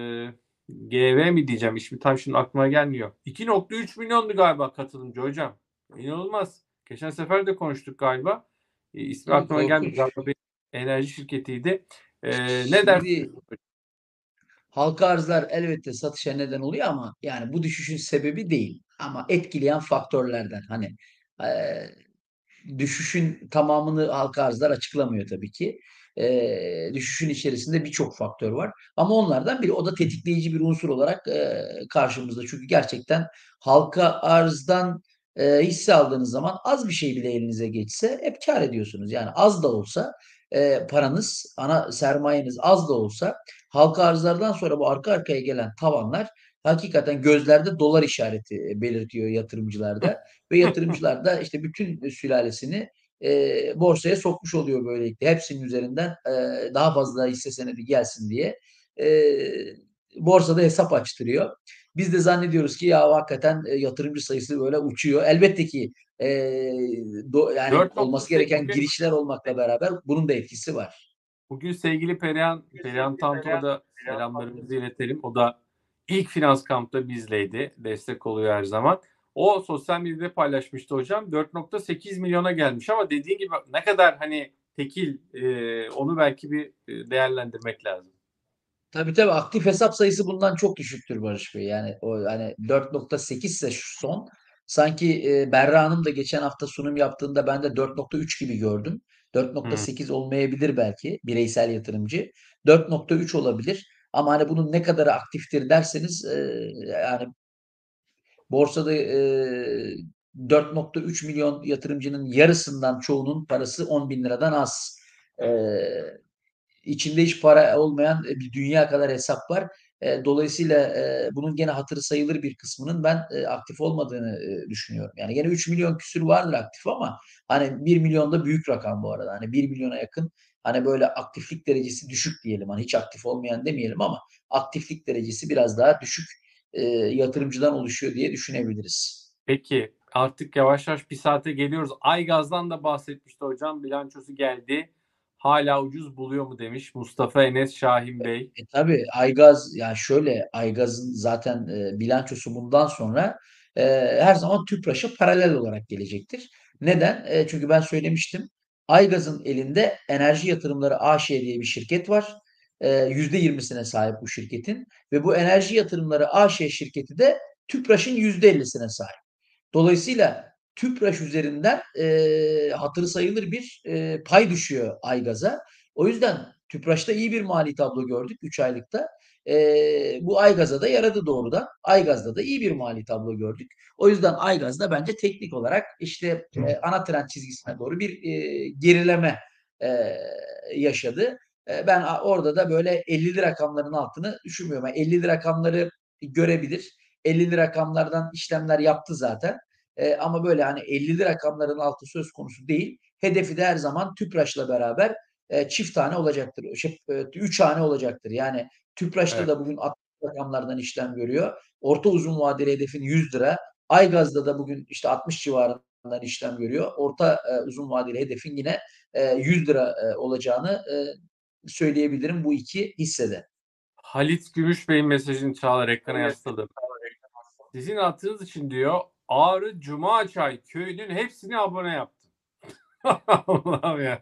GV mi diyeceğim? İsmi tam şimdi aklıma gelmiyor. 2,3 milyondu galiba katılımcı hocam. İnanılmaz. Geçen sefer de konuştuk galiba. İsmi Tabii aklıma gelmiyor. korkunç. Galiba bir enerji şirketiydi. Ne dersiniz? Şimdi halka arzlar elbette satışa neden oluyor ama yani bu düşüşün sebebi değil. Ama etkileyen faktörlerden hani eee düşüşün tamamını halka arzlar açıklamıyor tabii ki. düşüşün içerisinde birçok faktör var. Ama onlardan biri, o da tetikleyici bir unsur olarak karşımızda. Çünkü gerçekten halka arzdan hisse aldığınız zaman az bir şey bile elinize geçse hep kâr ediyorsunuz. Yani az da olsa paranız, ana sermayeniz az da olsa halka arzlardan sonra bu arka arkaya gelen tavanlar hakikaten gözlerde dolar işareti belirtiyor yatırımcılarda ve yatırımcılar da işte bütün sülalesini borsaya sokmuş oluyor böylelikle. Hepsinin üzerinden daha fazla hisse senedi gelsin diye borsada hesap açtırıyor. Biz de zannediyoruz ki ya hakikaten yatırımcı sayısı böyle uçuyor. Elbette ki yani olması 4.8 gereken bugün girişler olmakla beraber bunun da etkisi var. bugün sevgili Perihan Tantu'ya da selamlarımızı iletelim. O da ilk finans kampta bizleydi. Destek oluyor her zaman. O sosyal medyada paylaşmıştı hocam. 4.8 milyona gelmiş ama dediğin gibi ne kadar hani tekil onu belki bir değerlendirmek lazım. Tabii tabii, aktif hesap sayısı bundan çok düşüktür Barış Bey. Yani o hani 4.8 ise şu son. Sanki Berra Hanım da geçen hafta sunum yaptığında ben de 4.3 gibi gördüm. Hı. 4.8 olmayabilir belki bireysel yatırımcı. 4.3 olabilir. Ama hani bunun ne kadarı aktiftir derseniz yani borsada 4.3 milyon yatırımcının yarısından çoğunun parası 10 bin liradan az. İçinde hiç para olmayan bir dünya kadar hesap var. Dolayısıyla bunun gene hatırı sayılır bir kısmının ben aktif olmadığını düşünüyorum. Yani gene 3 milyon küsür vardır aktif ama hani 1 milyon da büyük rakam bu arada. Hani 1 milyona yakın hani böyle aktiflik derecesi düşük diyelim. Hani hiç aktif olmayan demeyelim ama aktiflik derecesi biraz daha düşük yatırımcıdan oluşuyor diye düşünebiliriz. Peki artık yavaş yavaş bir saate geliyoruz. Aygaz'dan da bahsetmişti hocam. Bilançosu geldi. Hala ucuz buluyor mu demiş Mustafa Enes Şahin Bey. Tabii Aygaz, yani şöyle, Aygaz'ın zaten bilançosu bundan sonra her zaman Tüpraş'a paralel olarak gelecektir. Neden? Çünkü ben söylemiştim. Aygaz'ın elinde Enerji Yatırımları AŞ diye bir şirket var. %20'sine sahip bu şirketin ve bu Enerji Yatırımları AŞ şirketi de Tüpraş'ın %50'sine sahip. Dolayısıyla Tüpraş üzerinden hatırı sayılır bir pay düşüyor Aygaz'a. O yüzden Tüpraş'ta iyi bir mali tablo gördük 3 aylıkta. Bu Aygaz'a da yaradı doğrudan. Aygaz'da da iyi bir mali tablo gördük. O yüzden Aygaz'da bence teknik olarak işte ana trend çizgisine doğru bir gerileme e, yaşadı. Ben orada da böyle 50'li rakamların altını düşünmüyorum. Yani 50'li rakamları görebilir. 50'li rakamlardan işlemler yaptı zaten. Ama böyle hani 50'li rakamların altı söz konusu değil. Hedefi de her zaman Tüpraş'la beraber çift tane olacaktır. 3 tane olacaktır. Yani Tüpraş'ta Evet. da bugün 60 rakamlardan işlem görüyor. Orta uzun vadeli hedefin 100 lira. Aygaz'da da bugün işte 60 civarından işlem görüyor. Orta uzun vadeli hedefin yine 100 lira olacağını söyleyebilirim bu iki hissede. Halit Gümüş Bey'in mesajını Çağlar ekrana yasladım. Sizin attığınız için diyor Ağrı Cumaçay köyünün hepsini abone yaptım. Allah'ım ya.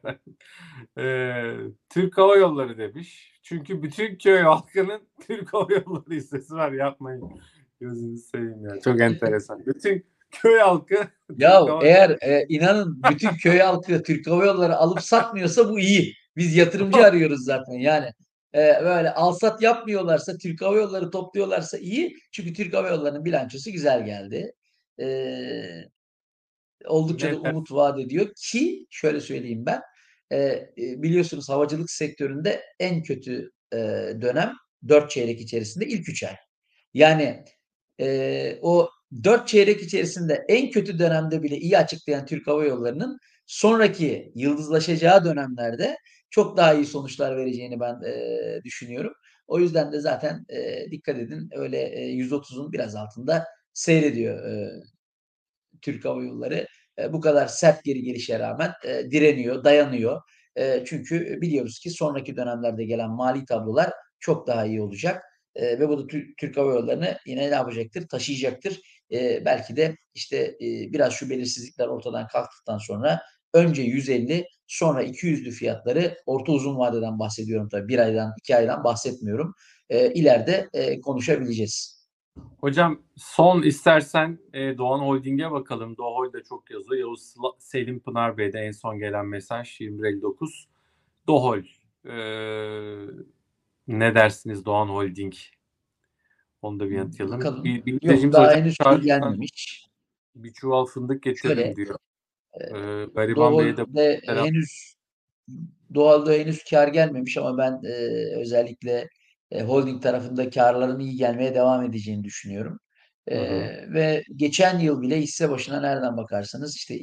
Türk Hava Yolları demiş. Çünkü bütün köy halkının Türk Hava Yolları hissesi var. Yapmayın. Gözünüzü seveyim ya. Çok enteresan. Bütün köy halkı Ya Türk Hava eğer inanın bütün köy halkı Türk Hava Yolları alıp satmıyorsa bu iyi. Biz yatırımcı Yolları. arıyoruz zaten. Yani böyle alsat yapmıyorlarsa, Türk Hava Yolları topluyorlarsa iyi. Çünkü Türk Hava Yolları'nın bilançosu güzel geldi. E, Oldukça da Neler? umut vaat ediyor ki şöyle söyleyeyim ben. Biliyorsunuz havacılık sektöründe en kötü dönem 4 çeyrek içerisinde ilk 3 ay. Yani o 4 çeyrek içerisinde en kötü dönemde bile iyi açıklayan Türk Hava Yolları'nın sonraki yıldızlaşacağı dönemlerde çok daha iyi sonuçlar vereceğini ben düşünüyorum. O yüzden de zaten dikkat edin, öyle 130'un biraz altında seyrediyor Türk Hava Yolları. Bu kadar sert geri gelişe rağmen direniyor, dayanıyor. Çünkü biliyoruz ki sonraki dönemlerde gelen mali tablolar çok daha iyi olacak. Ve bu da Türk Hava Yolları'nı yine ne yapacaktır? Taşıyacaktır. Belki de işte biraz şu belirsizlikler ortadan kalktıktan sonra önce 150, sonra 200'lü fiyatları, orta uzun vadeden bahsediyorum tabii. Bir aydan, 2 aydan bahsetmiyorum. İleride konuşabileceğiz. Hocam son istersen Doğan Holding'e bakalım. Doğan da çok yazıyor. Yavuz Selim Pınar Bey'de en son gelen mesaj 21.59. Dohol. Ne dersiniz Doğan Holding? Onu da bir yanıtlayalım. Bakalım. Bir Yok, izleyicimiz daha hocam henüz şey çağrıştan gelmemiş. bir çuval fındık getiririm Şöyle, diyor. eee, Gariban Bey'e de Doğal'de selam. henüz kâr gelmemiş ama ben, özellikle, holding tarafında kârların iyi gelmeye devam edeceğini düşünüyorum. Hı hı. Ve geçen yıl bile hisse başına nereden bakarsanız işte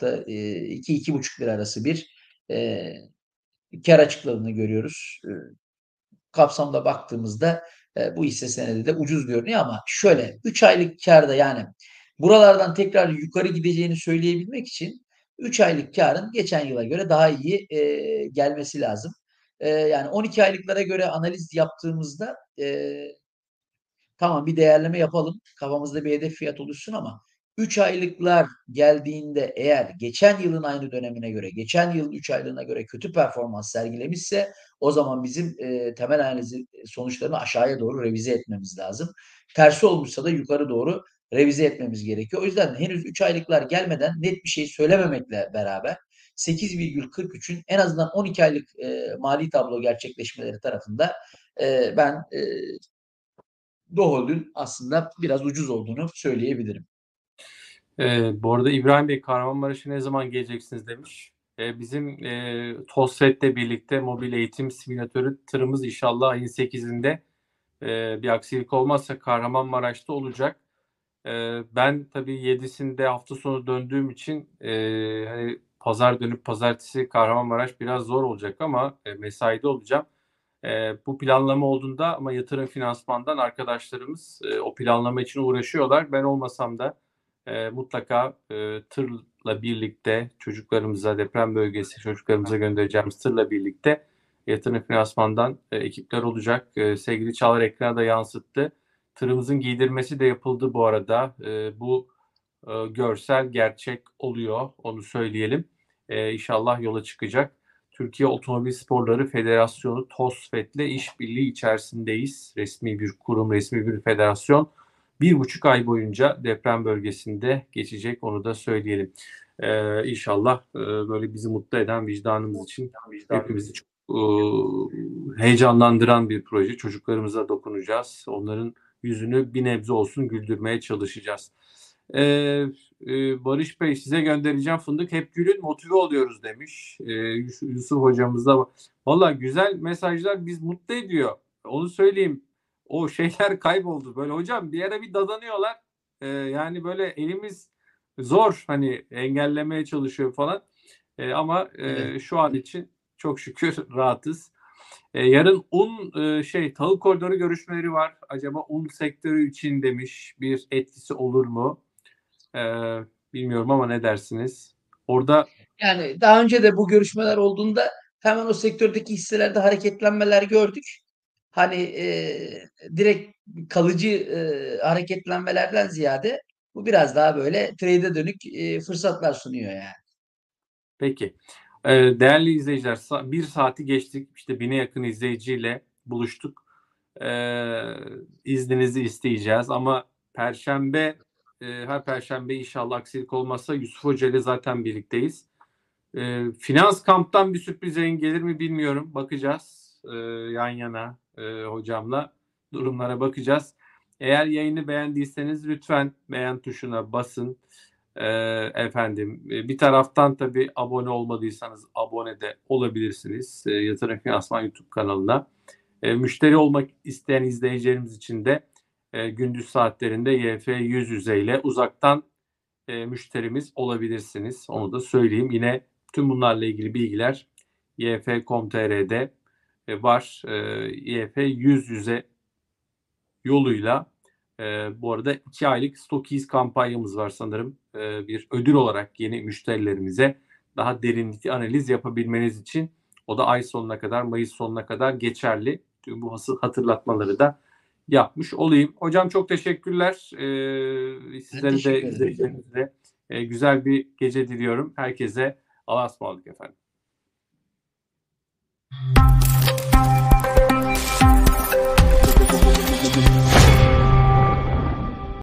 2-2,5 lira arası bir, eee, kâr açıkladığını görüyoruz. Kapsamda baktığımızda, bu hisse senedi de ucuz görünüyor ama şöyle 3 aylık kârda yani buralardan tekrar yukarı gideceğini söyleyebilmek için 3 aylık kârın geçen yıla göre daha iyi, gelmesi lazım. Yani 12 aylıklara göre analiz yaptığımızda, tamam, bir değerleme yapalım. Kafamızda bir hedef fiyat oluşsun ama 3 aylıklar geldiğinde eğer geçen yılın aynı dönemine göre, geçen yılın 3 aylığına göre kötü performans sergilemişse o zaman bizim, temel analizi sonuçlarını aşağıya doğru revize etmemiz lazım. Tersi olmuşsa da yukarı doğru revize etmemiz gerekiyor. O yüzden henüz 3 aylıklar gelmeden net bir şey söylememekle beraber 8,43'ün en azından 12 aylık, mali tablo gerçekleşmeleri tarafında, ben, Doğol'ün aslında biraz ucuz olduğunu söyleyebilirim. Bu arada İbrahim Bey Kahramanmaraş'a ne zaman geleceksiniz demiş. Bizim TOSFET'le birlikte mobil eğitim simülatörü tırımız inşallah ayın 8'inde bir aksilik olmazsa Kahramanmaraş'ta olacak. Ben tabii 7'sinde hafta sonu döndüğüm için hani pazar dönüp pazartesi Kahramanmaraş biraz zor olacak ama mesaide olacağım. Bu planlama olduğunda ama yatırım finansmandan arkadaşlarımız o planlama için uğraşıyorlar. Ben olmasam da mutlaka tırla birlikte çocuklarımıza, deprem bölgesi çocuklarımıza göndereceğimiz tırla birlikte yatırım finansmandan ekipler olacak. Sevgili Çağlar ekrana da yansıttı. Tırımızın giydirmesi de yapıldı bu arada. Bu görsel gerçek oluyor, onu söyleyelim. İnşallah yola çıkacak. Türkiye Otomobil Sporları Federasyonu TOSFET'le işbirliği içerisindeyiz. Resmi bir kurum, resmi bir federasyon. 1,5 ay boyunca deprem bölgesinde geçecek, onu da söyleyelim. İnşallah böyle bizi mutlu eden, vicdanımız için hepimizi çok heyecanlandıran bir proje. Çocuklarımıza dokunacağız. Onların yüzünü bir nebze olsun güldürmeye çalışacağız. Barış Bey size göndereceğim fındık hep gülün motive oluyoruz demiş. Yusuf hocamız da valla güzel mesajlar biz mutlu ediyor. Onu söyleyeyim. O şeyler kayboldu. Böyle hocam bir ara bir dadanıyorlar. Yani böyle elimiz zor hani engellemeye çalışıyor falan. Ama Evet. şu an için çok şükür rahatız. Yarın tahıl koridoru görüşmeleri var. Acaba un sektörü için demiş bir etkisi olur mu? Bilmiyorum ama ne dersiniz? Orada Yani daha önce de bu görüşmeler olduğunda hemen o sektördeki hisselerde hareketlenmeler gördük. Hani, direkt kalıcı, hareketlenmelerden ziyade bu biraz daha böyle trade'e dönük, fırsatlar sunuyor yani. peki. Değerli izleyiciler, 1 saati geçtik. İşte 1000'e yakın izleyiciyle buluştuk. İzninizi isteyeceğiz ama her Perşembe inşallah aksilik olmazsa Yusuf Hoca ile zaten birlikteyiz. Finans kamptan bir sürpriz yayın gelir mi bilmiyorum. Bakacağız yan yana hocamla durumlara bakacağız. Eğer yayını beğendiyseniz lütfen beğen tuşuna basın. Bir taraftan tabii abone olmadıysanız abone de olabilirsiniz Yatırım Finansman YouTube kanalına. Müşteri olmak isteyen izleyicilerimiz için de gündüz saatlerinde YF yüz yüze ile uzaktan müşterimiz olabilirsiniz. Onu da söyleyeyim. Yine tüm bunlarla ilgili bilgiler yf.com.tr'de var. YF yüz yüze yoluyla bu arada 2 aylık Stockies kampanyamız var sanırım. Bir ödül olarak yeni müşterilerimize daha derinlikli analiz yapabilmeniz için o da ay sonuna kadar, Mayıs sonuna kadar geçerli. Tüm bu hatırlatmaları da yapmış olayım. Hocam çok teşekkürler. Ben Sizlere de teşekkür ederim. izleyicilerinize güzel bir gece diliyorum. Herkese Allah'a ısmarladık efendim.